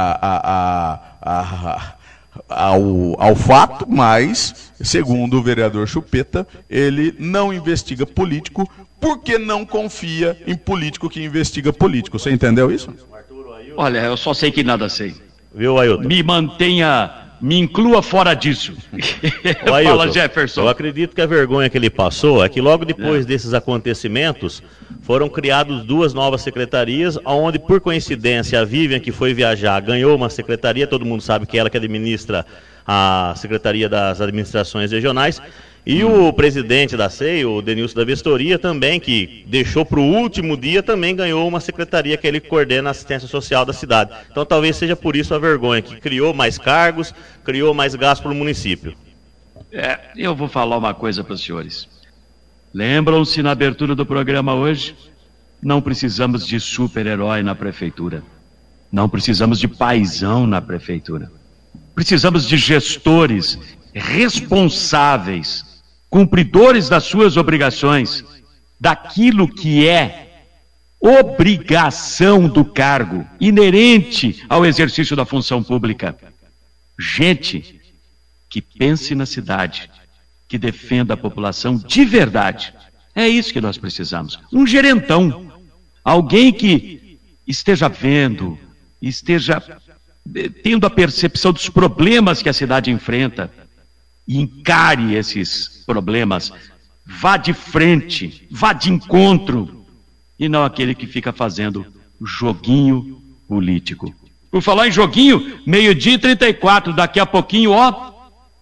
ao fato, mas, segundo o vereador Chupeta, ele não investiga político porque não confia em político que investiga político. Você entendeu isso? Olha, eu só sei que nada sei. Viu, Ailton? Me inclua fora disso. Fala, Jefferson. Eu acredito que a vergonha que ele passou é que logo depois desses acontecimentos foram criadas 2 novas secretarias, onde, por coincidência, a Vivian, que foi viajar, ganhou uma secretaria, todo mundo sabe que ela que administra a Secretaria das Administrações Regionais, e o presidente da SEI, o Denilson da Vistoria, também, que deixou para o último dia, também ganhou uma secretaria que ele coordena a assistência social da cidade. Então talvez seja por isso a vergonha, que criou mais cargos, criou mais gasto para o município. Eu vou falar uma coisa para os senhores. Lembram-se na abertura do programa hoje? Não precisamos de super-herói na prefeitura. Não precisamos de paizão na prefeitura. Precisamos de gestores responsáveis, cumpridores das suas obrigações, daquilo que é obrigação do cargo, inerente ao exercício da função pública. Gente que pense na cidade, que defenda a população de verdade. É isso que nós precisamos. Um gerentão, alguém que esteja vendo, esteja tendo a percepção dos problemas que a cidade enfrenta, e encare esses problemas, vá de frente, vá de encontro, e não aquele que fica fazendo joguinho político. Por falar em joguinho, 12h34, daqui a pouquinho, ó.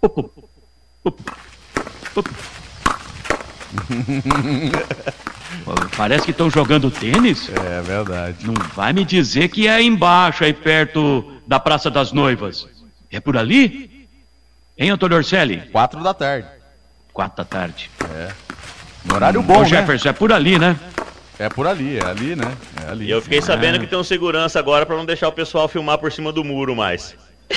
Parece que estão jogando tênis. É verdade. Não vai me dizer que é embaixo, aí perto da Praça das Noivas. É por ali? Hein, Antônio Orselli? 4 da tarde. 4 da tarde. Horário bom, né? Jefferson, é por ali, né? É por ali, é ali, né? É ali. E eu fiquei sabendo que tem um segurança agora para não deixar o pessoal filmar por cima do muro mais.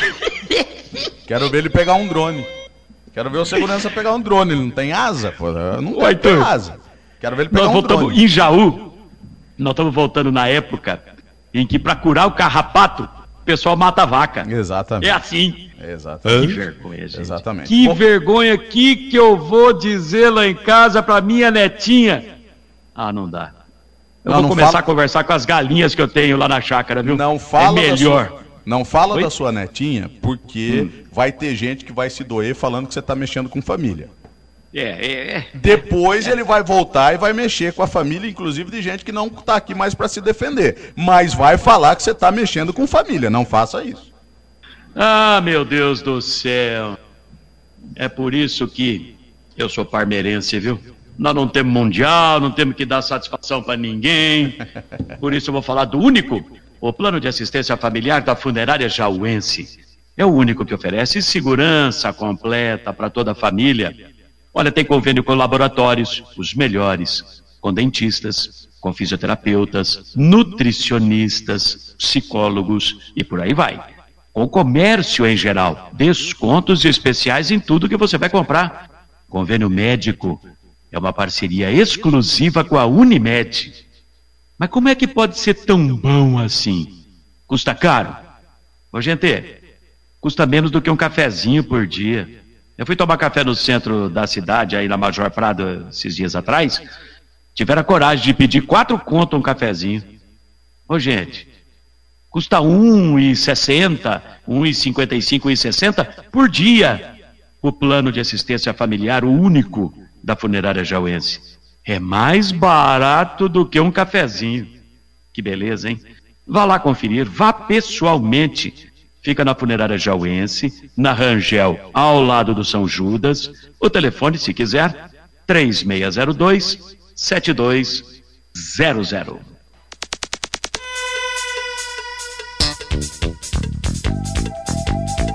Quero ver ele pegar um drone. Quero ver o segurança pegar um drone. Ele não tem asa? Pô, não tem asa. Quero ver ele pegar um drone. Em Jaú, nós estamos voltando na época em que, para curar o carrapato, o pessoal mata a vaca. Exatamente. É assim. Exatamente. Que vergonha, gente. Exatamente. Que vergonha que eu vou dizer lá em casa pra minha netinha. Não dá. Eu vou começar a conversar com as galinhas que eu tenho lá na chácara, viu? Não fala é melhor. Não fala da sua netinha, porque vai ter gente que vai se doer falando que você está mexendo com família. Depois ele vai voltar e vai mexer com a família, inclusive de gente que não está aqui mais para se defender. Mas vai falar que você está mexendo com família. Não faça isso. Meu Deus do céu. É por isso que eu sou parmeirense, viu? Nós não temos mundial, não temos que dar satisfação para ninguém. Por isso eu vou falar do único, o plano de assistência familiar da funerária jauense. É o único que oferece segurança completa para toda a família. Olha, tem convênio com laboratórios, os melhores, com dentistas, com fisioterapeutas, nutricionistas, psicólogos e por aí vai. Com o comércio em geral, descontos especiais em tudo que você vai comprar. Convênio médico é uma parceria exclusiva com a Unimed. Mas como é que pode ser tão bom assim? Custa caro? Ô, gente, custa menos do que um cafezinho por dia. Eu fui tomar café no centro da cidade, aí na Major Prado, esses dias atrás. Tiveram a coragem de pedir 4 conto um cafezinho. Ô, gente, custa R$1,60, R$1,55, R$1,60 por dia. O plano de assistência familiar, o único da funerária jauense. É mais barato do que um cafezinho. Que beleza, hein? Vá lá conferir, vá pessoalmente. Fica na funerária jauense, na Rangel, ao lado do São Judas. O telefone, se quiser, 3602-7200.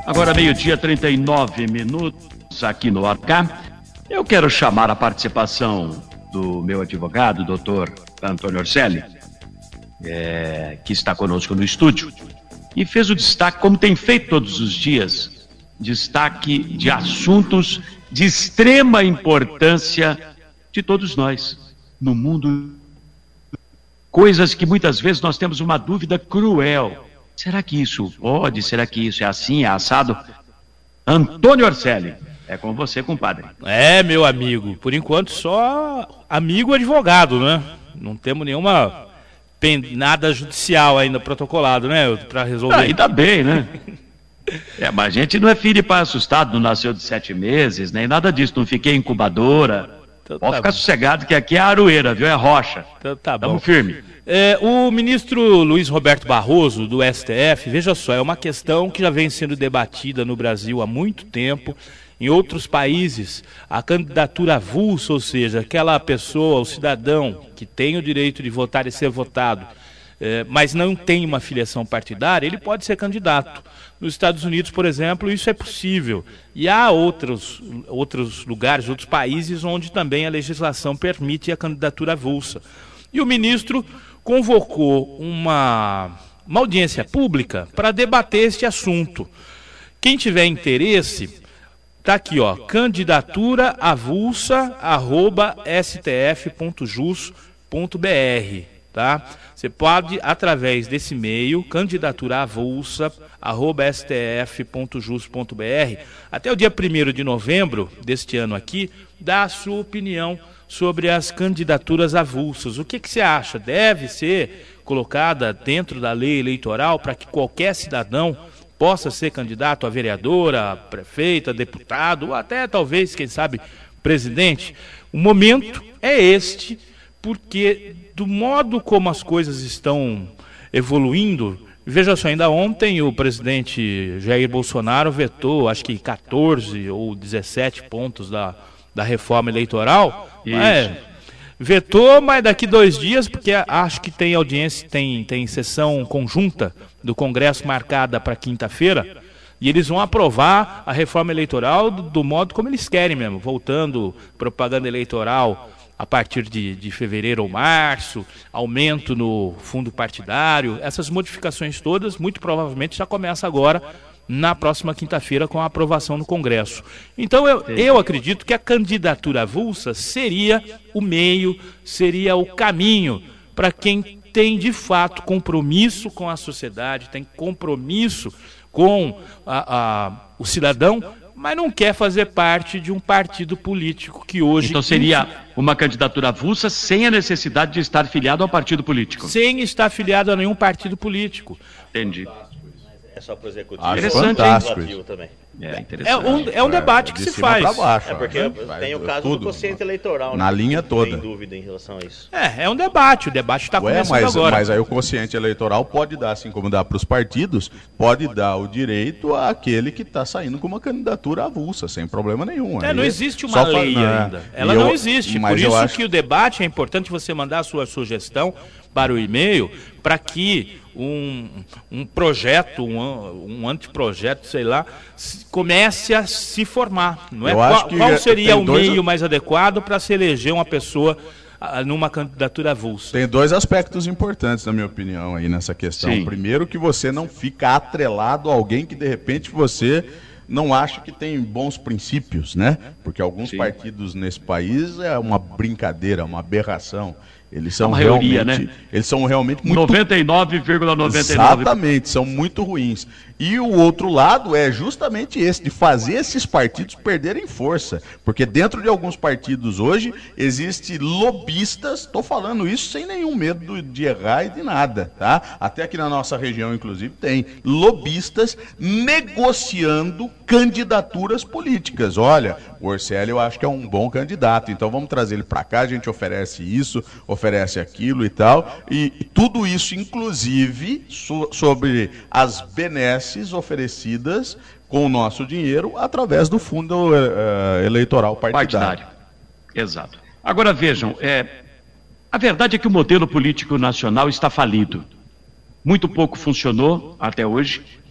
Agora, 12h39 aqui no Arca. Eu quero chamar a participação do meu advogado, doutor Antônio Orselli, que está conosco no estúdio, e fez o destaque, como tem feito todos os dias, destaque de assuntos de extrema importância de todos nós, no mundo. Coisas que muitas vezes nós temos uma dúvida cruel. Será que isso pode? Será que isso é assim, é assado? Antônio Orselli, é com você, compadre. Meu amigo, por enquanto só amigo advogado, né? Não temos nenhuma nada judicial ainda protocolado, né? Para resolver. Ainda bem, né? Mas a gente não é filho e pai assustado, não nasceu de 7 meses, nem nada disso, não fiquei incubadora. Então, pode ficar sossegado que aqui é aroeira, viu? É rocha. Então, tá bom. Tamo firme. O ministro Luiz Roberto Barroso, do STF, veja só, é uma questão que já vem sendo debatida no Brasil há muito tempo. Em outros países, a candidatura avulsa, ou seja, aquela pessoa, o cidadão que tem o direito de votar e ser votado, mas não tem uma filiação partidária, ele pode ser candidato. Nos Estados Unidos, por exemplo, isso é possível. E há outros lugares, outros países, onde também a legislação permite a candidatura avulsa. E o ministro convocou uma audiência pública para debater este assunto. Quem tiver interesse, está aqui, candidatura@stf.jus.br. Tá? Você pode, através desse e-mail, candidatura@stf.jus.br, até o dia 1º de novembro deste ano aqui, dar a sua opinião sobre as candidaturas avulsas. O que você acha? Deve ser colocada dentro da lei eleitoral para que qualquer cidadão possa ser candidato a vereadora, a prefeita, deputado, ou até talvez, quem sabe, presidente? O momento é este, porque do modo como as coisas estão evoluindo, veja só, ainda ontem o presidente Jair Bolsonaro vetou, acho que 14 ou 17 pontos da reforma eleitoral. Vetou, mas daqui 2 dias, porque acho que tem audiência, tem sessão conjunta do Congresso marcada para quinta-feira, e eles vão aprovar a reforma eleitoral do modo como eles querem mesmo, voltando propaganda eleitoral a partir de fevereiro ou março, aumento no fundo partidário, essas modificações todas, muito provavelmente já começa agora, na próxima quinta-feira, com a aprovação no Congresso. Então eu acredito que a candidatura avulsa seria o meio, seria o caminho para quem tem de fato compromisso com a sociedade, tem compromisso com o cidadão, mas não quer fazer parte de um partido político que hoje... Então seria uma candidatura avulsa sem a necessidade de estar filiado ao partido político? Sem estar filiado a nenhum partido político. Entendi. É só para o executivo. Fantástico também. É um debate que se faz. Baixo, porque tem o caso do quociente eleitoral, na linha toda. Tem dúvida em relação a isso. É um debate, o debate está começando agora. Mas aí o quociente eleitoral pode dar, assim como dá para os partidos, pode dar o direito àquele que está saindo com uma candidatura avulsa, sem problema nenhum. Não existe uma lei ainda. Ela não existe. Por isso que o debate é importante você mandar a sua sugestão para o e-mail, para que um projeto, um anteprojeto, sei lá, comece a se formar. Não é? Qual seria o meio mais adequado para se eleger uma pessoa numa candidatura avulsa? Tem 2 aspectos importantes, na minha opinião, aí nessa questão. Sim. Primeiro, que você não fica atrelado a alguém que, de repente, você não acha que tem bons princípios, né? Porque alguns partidos nesse país é uma brincadeira, uma aberração. Eles são maioria, realmente, né? Eles são realmente muito... 99,99%. Exatamente, são muito ruins. E o outro lado é justamente esse, de fazer esses partidos perderem força. Porque dentro de alguns partidos hoje, existe lobistas, estou falando isso sem nenhum medo de errar e de nada, tá? Até aqui na nossa região, inclusive, tem lobistas negociando candidaturas políticas. Olha, o Orselli eu acho que é um bom candidato, então vamos trazer ele para cá, a gente oferece isso, oferece aquilo e tal, e tudo isso, inclusive, sobre as benesses oferecidas com o nosso dinheiro através do fundo eleitoral partidário. Exato. Agora vejam, a verdade é que o modelo político nacional está falido. Muito pouco funcionou até hoje,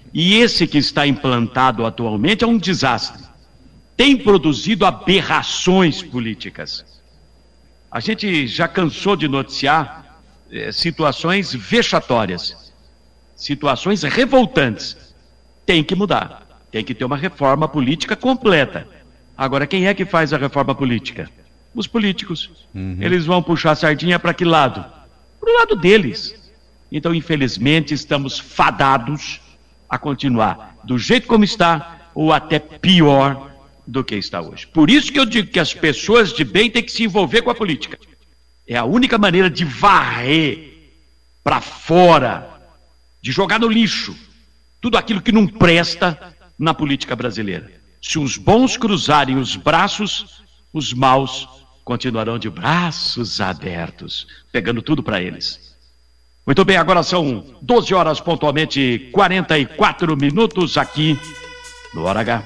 E esse que está implantado atualmente é um desastre. Tem produzido aberrações políticas. A gente já cansou de noticiar situações vexatórias, situações revoltantes. Tem que mudar, tem que ter uma reforma política completa. Agora, quem é que faz a reforma política? Os políticos. Eles vão puxar a sardinha para que lado? Para o lado deles. Então, infelizmente, estamos fadados a continuar do jeito como está ou até pior do que está hoje. Por isso que eu digo que as pessoas de bem têm que se envolver com a política. É a única maneira de varrer para fora, de jogar no lixo tudo aquilo que não presta na política brasileira. Se os bons cruzarem os braços, os maus continuarão de braços abertos, pegando tudo para eles. Muito bem, agora são 12 horas pontualmente, 44 minutos aqui no Hora H.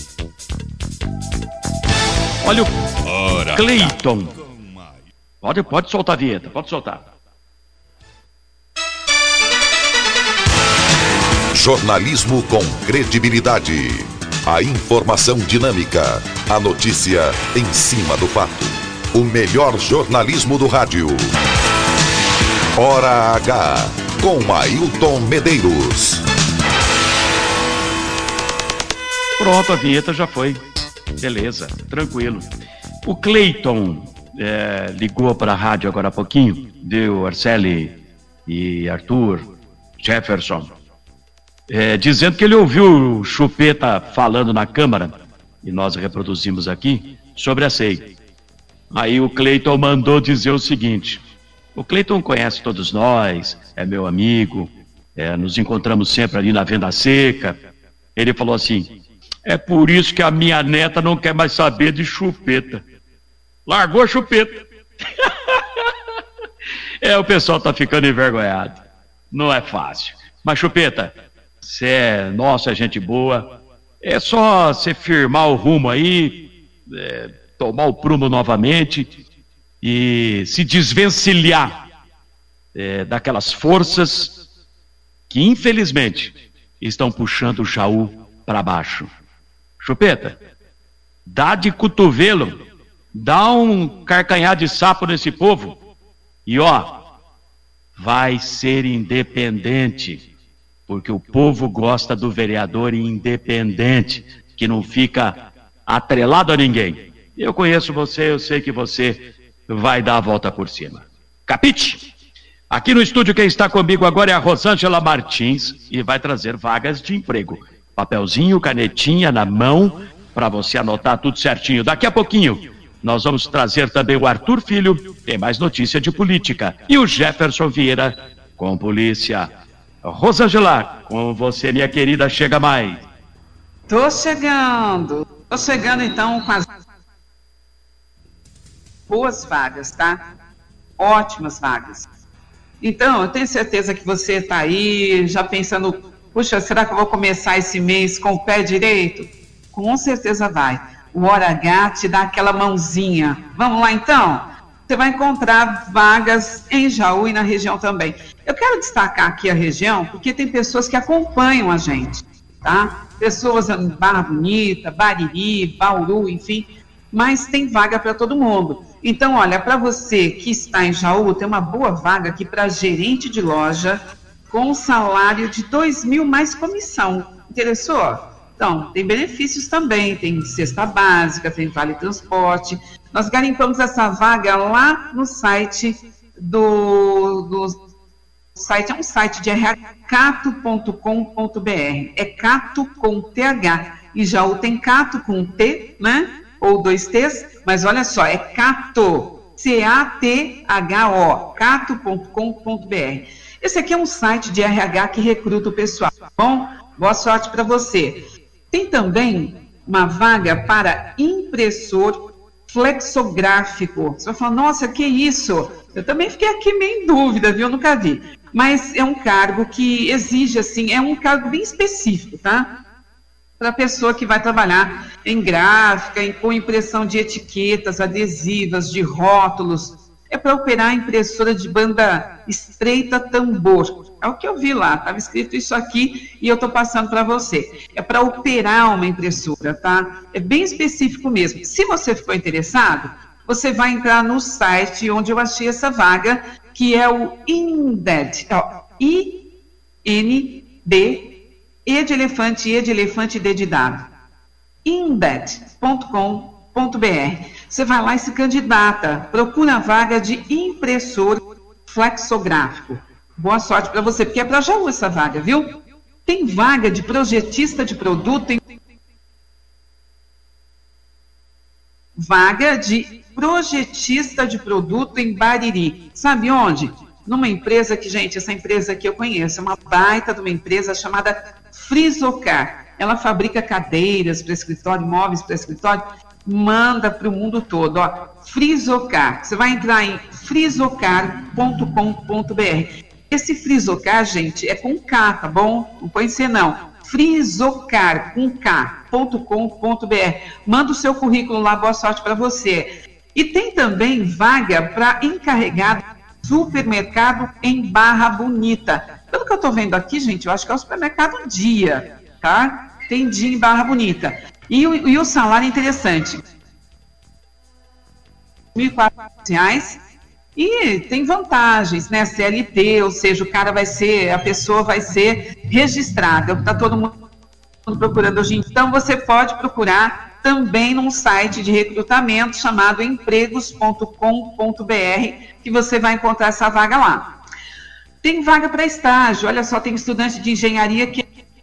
Olha o Cleiton. Pode soltar a vinheta, pode soltar. Jornalismo com credibilidade. A informação dinâmica. A notícia em cima do fato. O melhor jornalismo do rádio. Hora H, com Ailton Medeiros. Pronto, a vinheta já foi. Beleza, tranquilo. O Cleiton ligou para a rádio agora há pouquinho, deu Arceli e Arthur, Jefferson, dizendo que ele ouviu o Chupeta falando na Câmara, e nós reproduzimos aqui, sobre a SEI. Aí o Cleiton mandou dizer o seguinte: o Cleiton conhece todos nós, é meu amigo, nos encontramos sempre ali na Venda Seca. Ele falou assim: é por isso que a minha neta não quer mais saber de Chupeta. Largou a Chupeta. O pessoal tá ficando envergonhado. Não é fácil. Mas Chupeta, você é nossa, é gente boa. É só você firmar o rumo aí, tomar o prumo novamente e se desvencilhar daquelas forças que, infelizmente, estão puxando o Jaú para baixo. Chupeta, dá de cotovelo, dá um carcanhar de sapo nesse povo e vai ser independente, porque o povo gosta do vereador independente, que não fica atrelado a ninguém. Eu conheço você, eu sei que você vai dar a volta por cima. Capite? Aqui no estúdio quem está comigo agora é a Rosângela Martins e vai trazer vagas de emprego. Papelzinho, canetinha na mão, para você anotar tudo certinho. Daqui a pouquinho nós vamos trazer também o Arthur Filho, tem mais notícia de política, e o Jefferson Vieira com polícia. Rosângela, com você, minha querida, chega mais. Tô chegando então com as boas vagas, tá? Ótimas vagas. Então, eu tenho certeza que você está aí já pensando, puxa, será que eu vou começar esse mês com o pé direito? Com certeza vai. O Hora H te dá aquela mãozinha. Vamos lá então? Você vai encontrar vagas em Jaú e na região também. Eu quero destacar aqui a região porque tem pessoas que acompanham a gente, tá? Pessoas em Barra Bonita, Bariri, Bauru, enfim, mas tem vaga para todo mundo. Então, olha, para você que está em Jaú, tem uma boa vaga aqui para gerente de loja com um salário de 2.000 mais comissão. Interessou? Então, tem benefícios também, tem cesta básica, tem vale transporte. Nós garimpamos essa vaga lá no site é um site de cato.com.br. É Cato com TH. E Jaú tem Cato com T, né? Ou 2 T's, mas olha só, é Cato, C-A-T-H-O, cato.com.br. Esse aqui é um site de RH que recruta o pessoal, tá bom? Boa sorte para você. Tem também uma vaga para impressor flexográfico. Você vai falar, nossa, que isso? Eu também fiquei aqui meio em dúvida, viu? Eu nunca vi. Mas é um cargo que exige, assim, é um cargo bem específico, tá? Para a pessoa que vai trabalhar em gráfica, com impressão de etiquetas, adesivas, de rótulos. É para operar a impressora de banda estreita tambor. É o que eu vi lá, estava escrito isso aqui e eu estou passando para você. É para operar uma impressora, tá? É bem específico mesmo. Se você ficou interessado, você vai entrar no site onde eu achei essa vaga, que é o INDED, I-N-D, E de elefante, D de dado, inded.com.br. Você vai lá e se candidata, procura a vaga de impressor flexográfico. Boa sorte para você, porque é para Jaú essa vaga, viu? Tem vaga de projetista de produto, vaga de projetista de produto em Bariri. Sabe onde? Numa empresa que, gente, essa empresa que eu conheço, é uma baita de uma empresa chamada Frisocar. Ela fabrica cadeiras para escritório, móveis para escritório, manda para o mundo todo, ó. Frisocar. Você vai entrar em frisocar.com.br. Esse Frisocar, gente, é com K, tá bom? Não põe C, não. Frisocar, com K.com.br. Manda o seu currículo lá, boa sorte para você. E tem também vaga para encarregado supermercado em Barra Bonita. Pelo que eu estou vendo aqui, gente, eu acho que é o supermercado Dia, tá? Tem Dia em Barra Bonita. E o salário é interessante. R$ 1.400. E tem vantagens, né? CLT, ou seja, a pessoa vai ser registrada. Está todo mundo procurando hoje. Então, você pode procurar também num site de recrutamento chamado empregos.com.br, que você vai encontrar essa vaga lá. Tem vaga para estágio. Olha só, tem estudante de engenharia que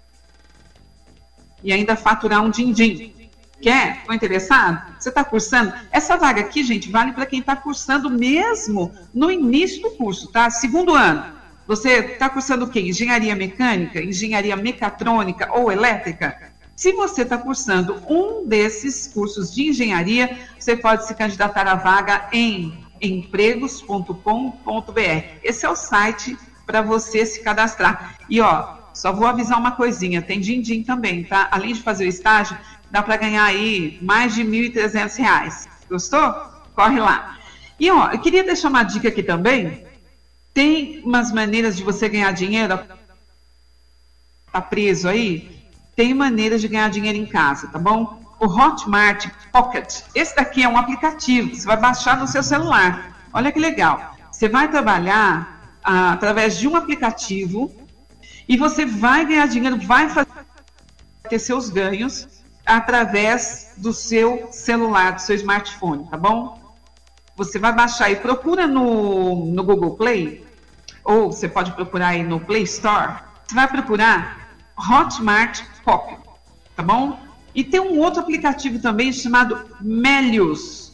e ainda faturar um din-din. Quer? Ficou interessado? Você está cursando? Essa vaga aqui, gente, vale para quem está cursando mesmo no início do curso, tá? Segundo ano. Você está cursando o quê? Engenharia mecânica, engenharia mecatrônica ou elétrica? Se você está cursando um desses cursos de engenharia, você pode se candidatar à vaga em empregos.com.br. Esse é o site para você se cadastrar. E, ó, só vou avisar uma coisinha, tem din-din também, tá? Além de fazer o estágio, dá para ganhar aí mais de R$ 1.300. Gostou? Corre lá. E, ó, eu queria deixar uma dica aqui também. Tem umas maneiras de você ganhar dinheiro. Tá preso aí? Tem maneiras de ganhar dinheiro em casa, tá bom? O Hotmart Pocket. Esse daqui é um aplicativo que você vai baixar no seu celular. Olha que legal. Você vai trabalhar através de um aplicativo e você vai ganhar dinheiro, vai ter seus ganhos através do seu celular, do seu smartphone, tá bom? Você vai baixar e procura no Google Play, ou você pode procurar aí no Play Store. Você vai procurar Hotmart Pocket, tá bom? E tem um outro aplicativo também chamado Melius,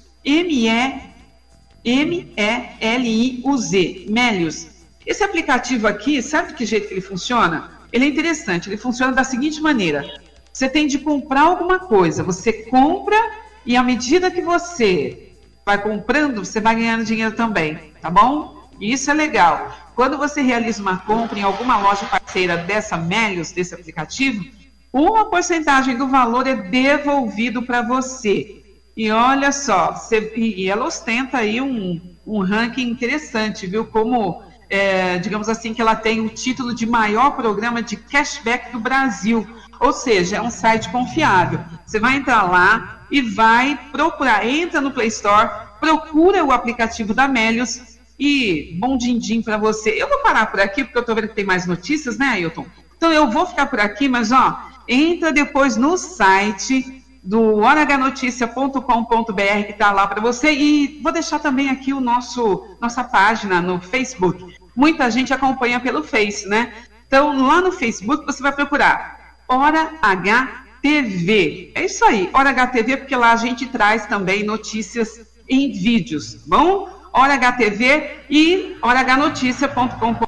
M-E-L-I-U-Z, Melius. Esse aplicativo aqui, sabe de que jeito que ele funciona? Ele é interessante, ele funciona da seguinte maneira. Você tem de comprar alguma coisa, você compra e à medida que você vai comprando, você vai ganhando dinheiro também, tá bom? E isso é legal. Quando você realiza uma compra em alguma loja parceira dessa Melius, desse aplicativo, uma porcentagem do valor é devolvido para você. E olha só, e ela ostenta aí um ranking interessante, viu? Como, digamos assim, que ela tem o título de maior programa de cashback do Brasil. Ou seja, é um site confiável. Você vai entrar lá e vai procurar, entra no Play Store, procura o aplicativo da Melius e bom din-din para você. Eu vou parar por aqui, porque eu estou vendo que tem mais notícias, né, Ailton? Então eu vou ficar por aqui, mas ó, entra depois no site do orhnoticia.com.br que está lá para você e vou deixar também aqui nossa página no Facebook. Muita gente acompanha pelo Face, né? Então lá no Facebook você vai procurar Hora HTV. É isso aí, Hora HTV, porque lá a gente traz também notícias em vídeos, tá bom? Hora HTV e orhnoticia.com.br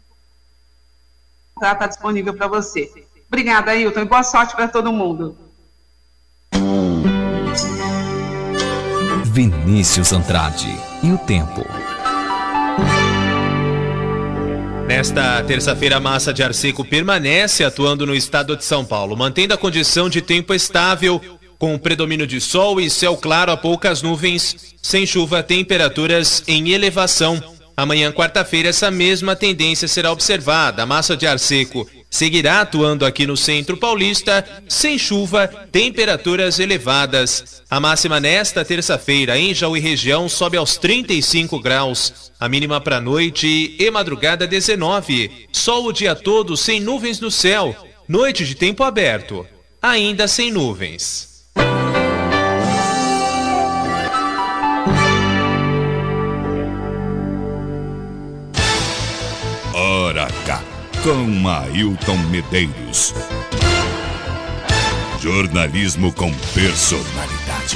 está disponível para você. Obrigada, Ailton, e boa sorte para todo mundo. Vinícius Andrade e o tempo. Nesta terça-feira, a massa de ar seco permanece atuando no estado de São Paulo, mantendo a condição de tempo estável, com predomínio de sol e céu claro a poucas nuvens, sem chuva, temperaturas em elevação. Amanhã, quarta-feira, essa mesma tendência será observada. A massa de ar seco seguirá atuando aqui no centro paulista, sem chuva, temperaturas elevadas. A máxima nesta terça-feira em Jaú e região sobe aos 35 graus. A mínima para noite e madrugada 19. Sol o dia todo sem nuvens no céu. Noite de tempo aberto, ainda sem nuvens. Hora H, com Ailton Medeiros. Jornalismo com personalidade.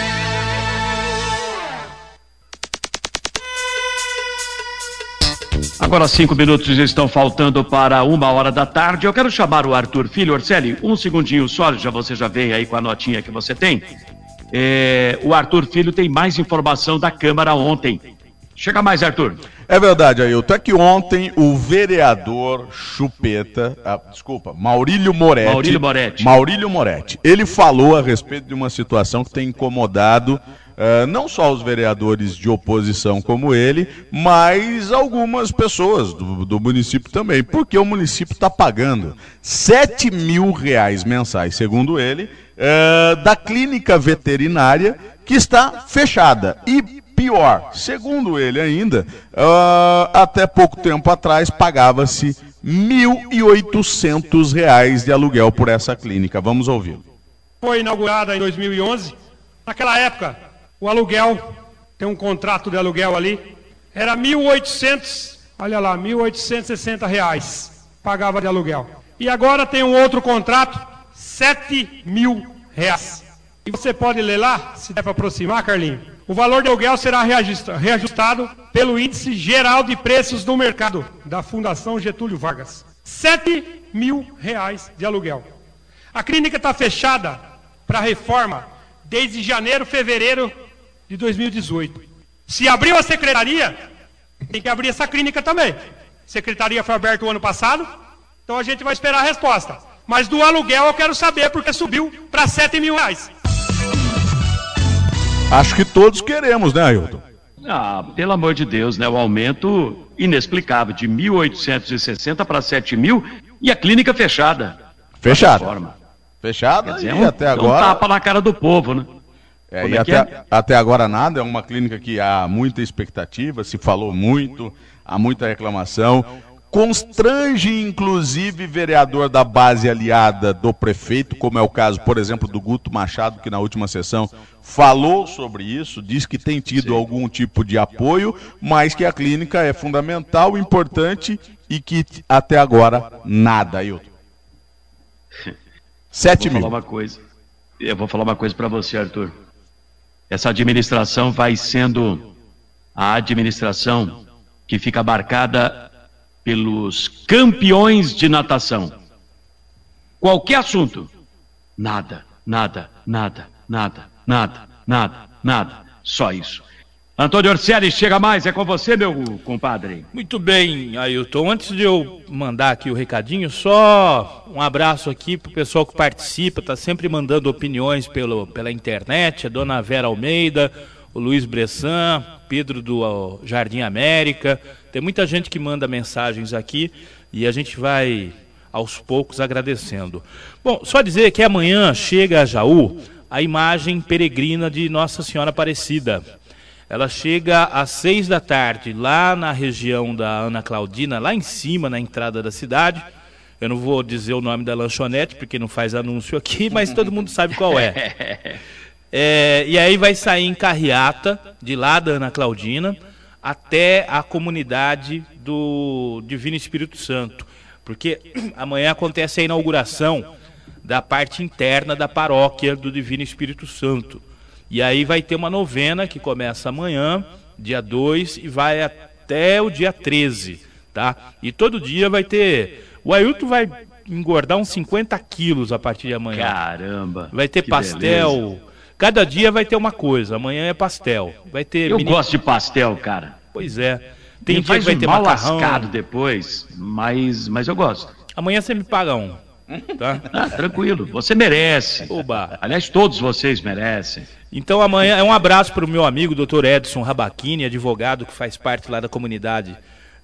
Agora 5 minutos estão faltando para 1h da tarde. Eu quero chamar o Arthur Filho. Orcelli, um segundinho só, você já veio aí com a notinha que você tem. O Arthur Filho tem mais informação da Câmara ontem. Chega mais, Arthur. É verdade, Ailton. É que ontem o vereador Chupeta, Maurílio Moretti, ele falou a respeito de uma situação que tem incomodado não só os vereadores de oposição como ele, mas algumas pessoas do município também, porque o município está pagando R$7 mil mensais, segundo ele, da clínica veterinária que está fechada. E pior, segundo ele ainda, até pouco tempo atrás pagava-se R$1.800 de aluguel por essa clínica. Vamos ouvir. Foi inaugurada em 2011. Naquela época, o aluguel, tem um contrato de aluguel ali, era R$1.860 pagava de aluguel. E agora tem um outro contrato, R$7 mil. E você pode ler lá, se der para aproximar, Carlinhos. O valor de aluguel será reajustado pelo Índice Geral de Preços do Mercado da Fundação Getúlio Vargas. R$7 mil de aluguel. A clínica está fechada para reforma desde janeiro, fevereiro de 2018. Se abriu a secretaria, tem que abrir essa clínica também. A secretaria foi aberta o ano passado, então a gente vai esperar a resposta. Mas do aluguel eu quero saber porque subiu para R$7 mil. Acho que todos queremos, né, Ailton? Pelo amor de Deus, né? O aumento inexplicável de 1.860 para 7 mil e a clínica fechada. Fechada. Fechada dizer, e até agora... Um tapa na cara do povo, né? Até agora nada, é uma clínica que há muita expectativa, se falou muito, há muita reclamação. Constrange, inclusive, vereador da base aliada do prefeito, como é o caso, por exemplo, do Guto Machado, que na última sessão falou sobre isso, diz que tem tido algum tipo de apoio, mas que a clínica é fundamental, importante e que até agora nada, Ailton. 7 mil. Eu vou falar uma coisa para você, Arthur. Essa administração vai sendo a administração que fica marcada pelos campeões de natação. Qualquer assunto, nada. Só isso. Antônio Orcelli, chega mais, é com você, meu compadre. Muito bem, Ailton. Antes de eu mandar aqui o recadinho, só um abraço aqui pro pessoal que participa, tá sempre mandando opiniões pela internet, a dona Vera Almeida, o Luiz Bressan, Pedro do Jardim América. Tem muita gente que manda mensagens aqui e a gente vai aos poucos agradecendo. Bom, só dizer que amanhã chega a Jaú a imagem peregrina de Nossa Senhora Aparecida. Ela chega às 6 da tarde lá na região da Ana Claudina, lá em cima na entrada da cidade. Eu não vou dizer o nome da lanchonete porque não faz anúncio aqui, mas todo mundo sabe qual é. E aí vai sair em carreata de lá da Ana Claudina até a comunidade do Divino Espírito Santo, porque amanhã acontece a inauguração da parte interna da paróquia do Divino Espírito Santo. E aí vai ter uma novena que começa amanhã, dia 2, e vai até o dia 13, tá? E todo dia vai ter... O Ailton vai engordar uns 50 quilos a partir de amanhã. Caramba! Vai ter pastel... Beleza. Cada dia vai ter uma coisa, amanhã é pastel. Vai ter Eu gosto de pastel, cara. Pois é. Tem dia que vai ter macarrão. Lascado depois, mas eu gosto. Amanhã você me paga um. Tá? Tranquilo, você merece. Oba. Aliás, todos vocês merecem. Então amanhã é um abraço para o meu amigo Dr. Edson Rabachini, advogado que faz parte lá da comunidade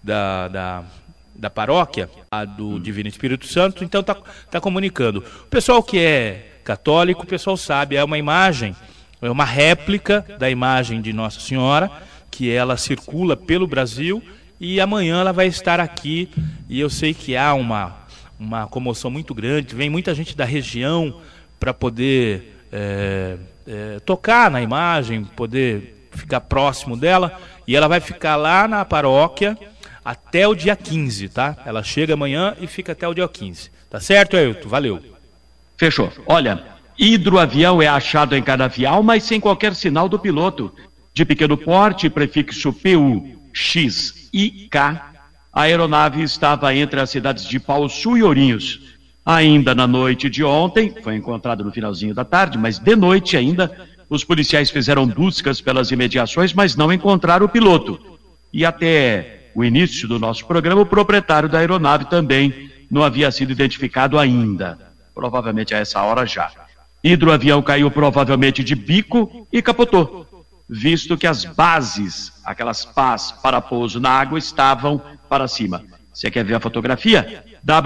da paróquia, do Divino Espírito Santo. Então tá comunicando. O pessoal que é católico, o pessoal sabe, é uma imagem, é uma réplica da imagem de Nossa Senhora, que ela circula pelo Brasil, e amanhã ela vai estar aqui, e eu sei que há uma comoção muito grande, vem muita gente da região para poder tocar na imagem, poder ficar próximo dela, e ela vai ficar lá na paróquia até o dia 15, tá? Ela chega amanhã e fica até o dia 15. Tá certo, Ailton? Valeu. Fechou. Olha, hidroavião é achado em canavial, mas sem qualquer sinal do piloto. De pequeno porte, prefixo PU-XIK, a aeronave estava entre as cidades de Pauçu e Ourinhos. Ainda na noite de ontem, foi encontrado no finalzinho da tarde, mas de noite ainda, os policiais fizeram buscas pelas imediações, mas não encontraram o piloto. E até o início do nosso programa, o proprietário da aeronave também não havia sido identificado ainda. Provavelmente a essa hora já. Hidroavião caiu provavelmente de bico e capotou, visto que as bases, aquelas pás para pouso na água, estavam para cima. Você quer ver a fotografia?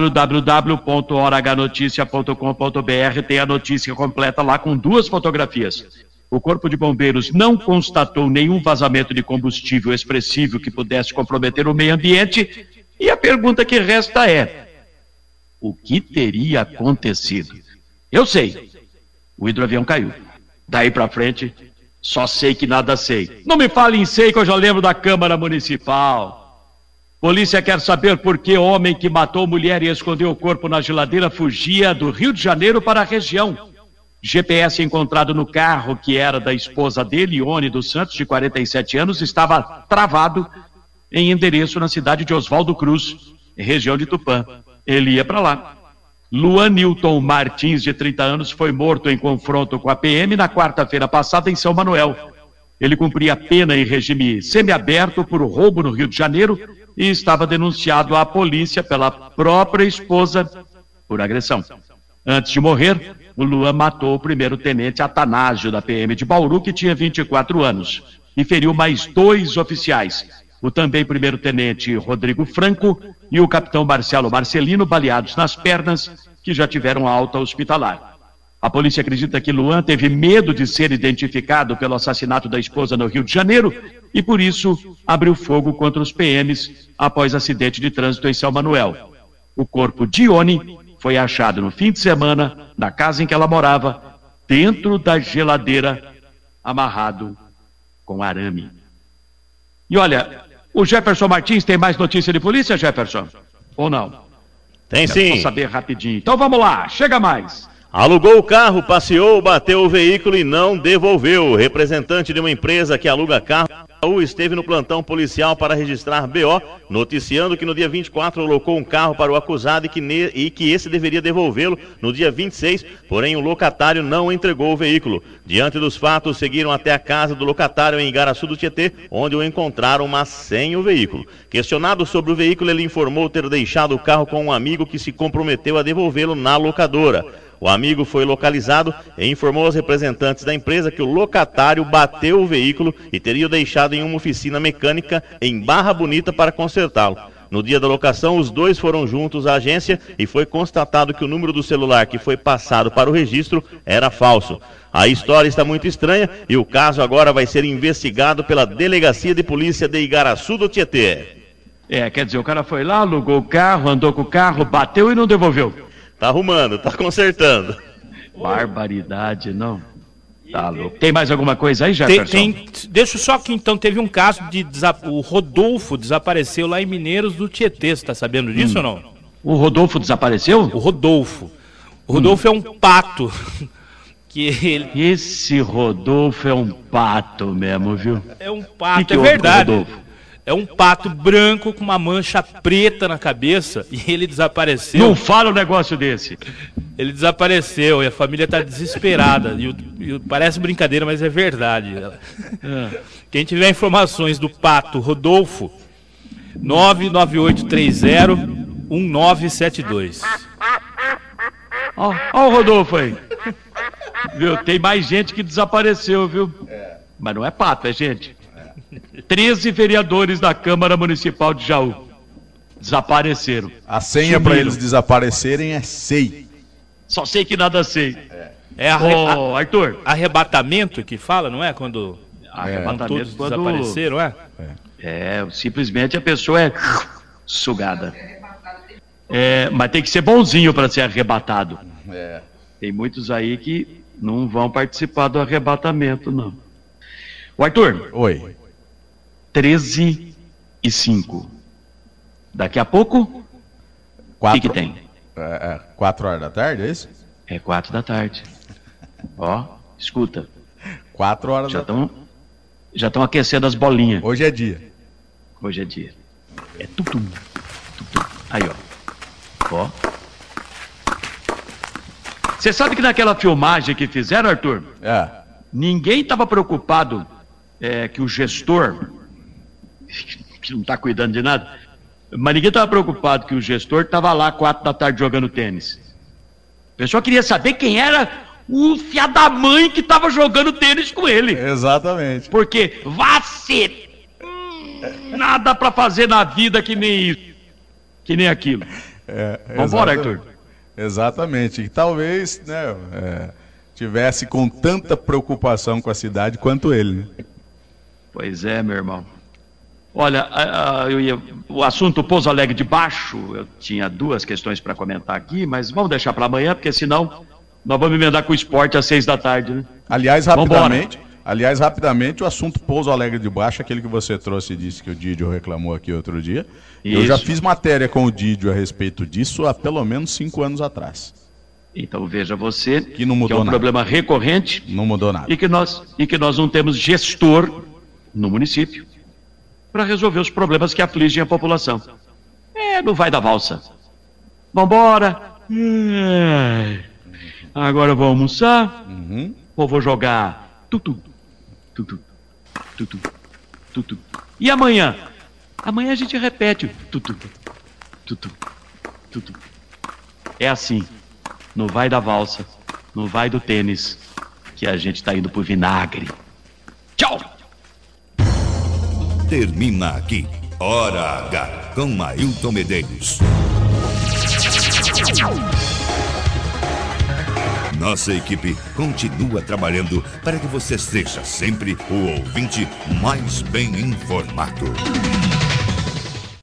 www.orhnoticia.com.br, tem a notícia completa lá com 2 fotografias. O Corpo de Bombeiros não constatou nenhum vazamento de combustível expressivo que pudesse comprometer o meio ambiente, e a pergunta que resta é: o que teria acontecido? Eu sei, o hidroavião caiu. Daí para frente, só sei que nada sei. Não me fale em sei, que eu já lembro da Câmara Municipal. Polícia quer saber por que homem que matou mulher e escondeu o corpo na geladeira fugia do Rio de Janeiro para a região. GPS encontrado no carro que era da esposa dele, Ione dos Santos, de 47 anos, estava travado em endereço na cidade de Oswaldo Cruz, região de Tupã. Ele ia para lá. Luan Newton Martins, de 30 anos, foi morto em confronto com a PM na quarta-feira passada em São Manuel. Ele cumpria pena em regime semiaberto por roubo no Rio de Janeiro e estava denunciado à polícia pela própria esposa por agressão. Antes de morrer, o Luan matou o primeiro-tenente Atanásio da PM de Bauru, que tinha 24 anos, e feriu mais 2 oficiais, o também primeiro-tenente Rodrigo Franco e o capitão Marcelo Marcelino, baleados nas pernas, que já tiveram alta hospitalar. A polícia acredita que Luan teve medo de ser identificado pelo assassinato da esposa no Rio de Janeiro e, por isso, abriu fogo contra os PMs após acidente de trânsito em São Manuel. O corpo de Ione foi achado no fim de semana na casa em que ela morava, dentro da geladeira, amarrado com arame. E olha, o Jefferson Martins tem mais notícia de polícia, Jefferson? Ou não? Tem sim. Vou saber rapidinho. Então vamos lá, chega mais. Alugou o carro, passeou, bateu o veículo e não devolveu. O representante de uma empresa que aluga carro esteve no plantão policial para registrar BO, noticiando que no dia 24 alocou um carro para o acusado e que esse deveria devolvê-lo no dia 26, porém o locatário não entregou o veículo. Diante dos fatos, seguiram até a casa do locatário em Igaraçu do Tietê, onde o encontraram, mas sem o veículo. Questionado sobre o veículo, ele informou ter deixado o carro com um amigo que se comprometeu a devolvê-lo na locadora. O amigo foi localizado e informou aos representantes da empresa que o locatário bateu o veículo e teria o deixado em uma oficina mecânica em Barra Bonita para consertá-lo. No dia da locação, os dois foram juntos à agência e foi constatado que o número do celular que foi passado para o registro era falso. A história está muito estranha e o caso agora vai ser investigado pela Delegacia de Polícia de Igaraçu do Tietê. Quer dizer, o cara foi lá, alugou o carro, andou com o carro, bateu e não devolveu. Tá arrumando, tá consertando. Barbaridade, não? Tá louco. Tem mais alguma coisa aí, Jefferson? Deixa só que então teve um caso de o Rodolfo desapareceu lá em Mineiros do Tietê, você tá sabendo disso ou não? O Rodolfo desapareceu? O Rodolfo. O Rodolfo é um pato. Esse Rodolfo é um pato mesmo, viu? É um pato, é verdade. É um pato branco com uma mancha preta na cabeça e ele desapareceu. Não fala um negócio desse. Ele desapareceu e a família está desesperada. E parece brincadeira, mas é verdade. Quem tiver informações do pato Rodolfo, 99830-1972. Ó o Rodolfo aí. Viu? Tem mais gente que desapareceu, viu? Mas não é pato, é gente. 13 vereadores da Câmara Municipal de Jaú desapareceram. A senha para eles desaparecerem é SEI. Só sei que nada sei. Arthur. Arrebatamento que fala, não é? Quando Arrebatamento todos desapareceram, simplesmente a pessoa é sugada. Mas tem que ser bonzinho para ser arrebatado. Tem muitos aí que não vão participar do arrebatamento, não. O Arthur. Oi. 13h05. Daqui a pouco, o que tem? 4 horas da tarde, é isso? É 4 da tarde. Ó, escuta. 4 horas da tarde. Já estão aquecendo as bolinhas. Hoje é dia. Hoje é dia. É tutum. Aí, ó. Você sabe que naquela filmagem que fizeram, Arthur? Ninguém estava preocupado que o gestor, que não está cuidando de nada, mas ninguém estava preocupado que o gestor estava lá 4 da tarde jogando tênis. O pessoal queria saber quem era o filho da mãe que estava jogando tênis com ele. Exatamente. Porque nada para fazer na vida que nem isso, que nem aquilo. Vambora, Arthur. Exatamente. E talvez, tivesse com tanta preocupação com a cidade quanto ele, né? Pois é, meu irmão. Olha, o assunto Pouso Alegre de Baixo, eu tinha 2 questões para comentar aqui, mas vamos deixar para amanhã, porque senão nós vamos emendar com o esporte às 6 da tarde, né? Aliás, rapidamente, o assunto Pouso Alegre de Baixo, aquele que você trouxe e disse que o Didio reclamou aqui outro dia. Isso. Eu já fiz matéria com o Didio a respeito disso há pelo menos 5 anos atrás. Então veja você que não mudou que é um problema recorrente. Não mudou nada. E que nós não temos gestor no município para resolver os problemas que afligem a população. Não vai dar valsa. Vambora. Agora eu vou almoçar. Ou vou jogar tutu. E amanhã? Amanhã a gente repete tutu. É assim. Não vai da valsa, não vai do tênis, que a gente tá indo pro vinagre. Tchau! Termina aqui, Hora H, com Ailton Medeiros. Nossa equipe continua trabalhando para que você seja sempre o ouvinte mais bem informado.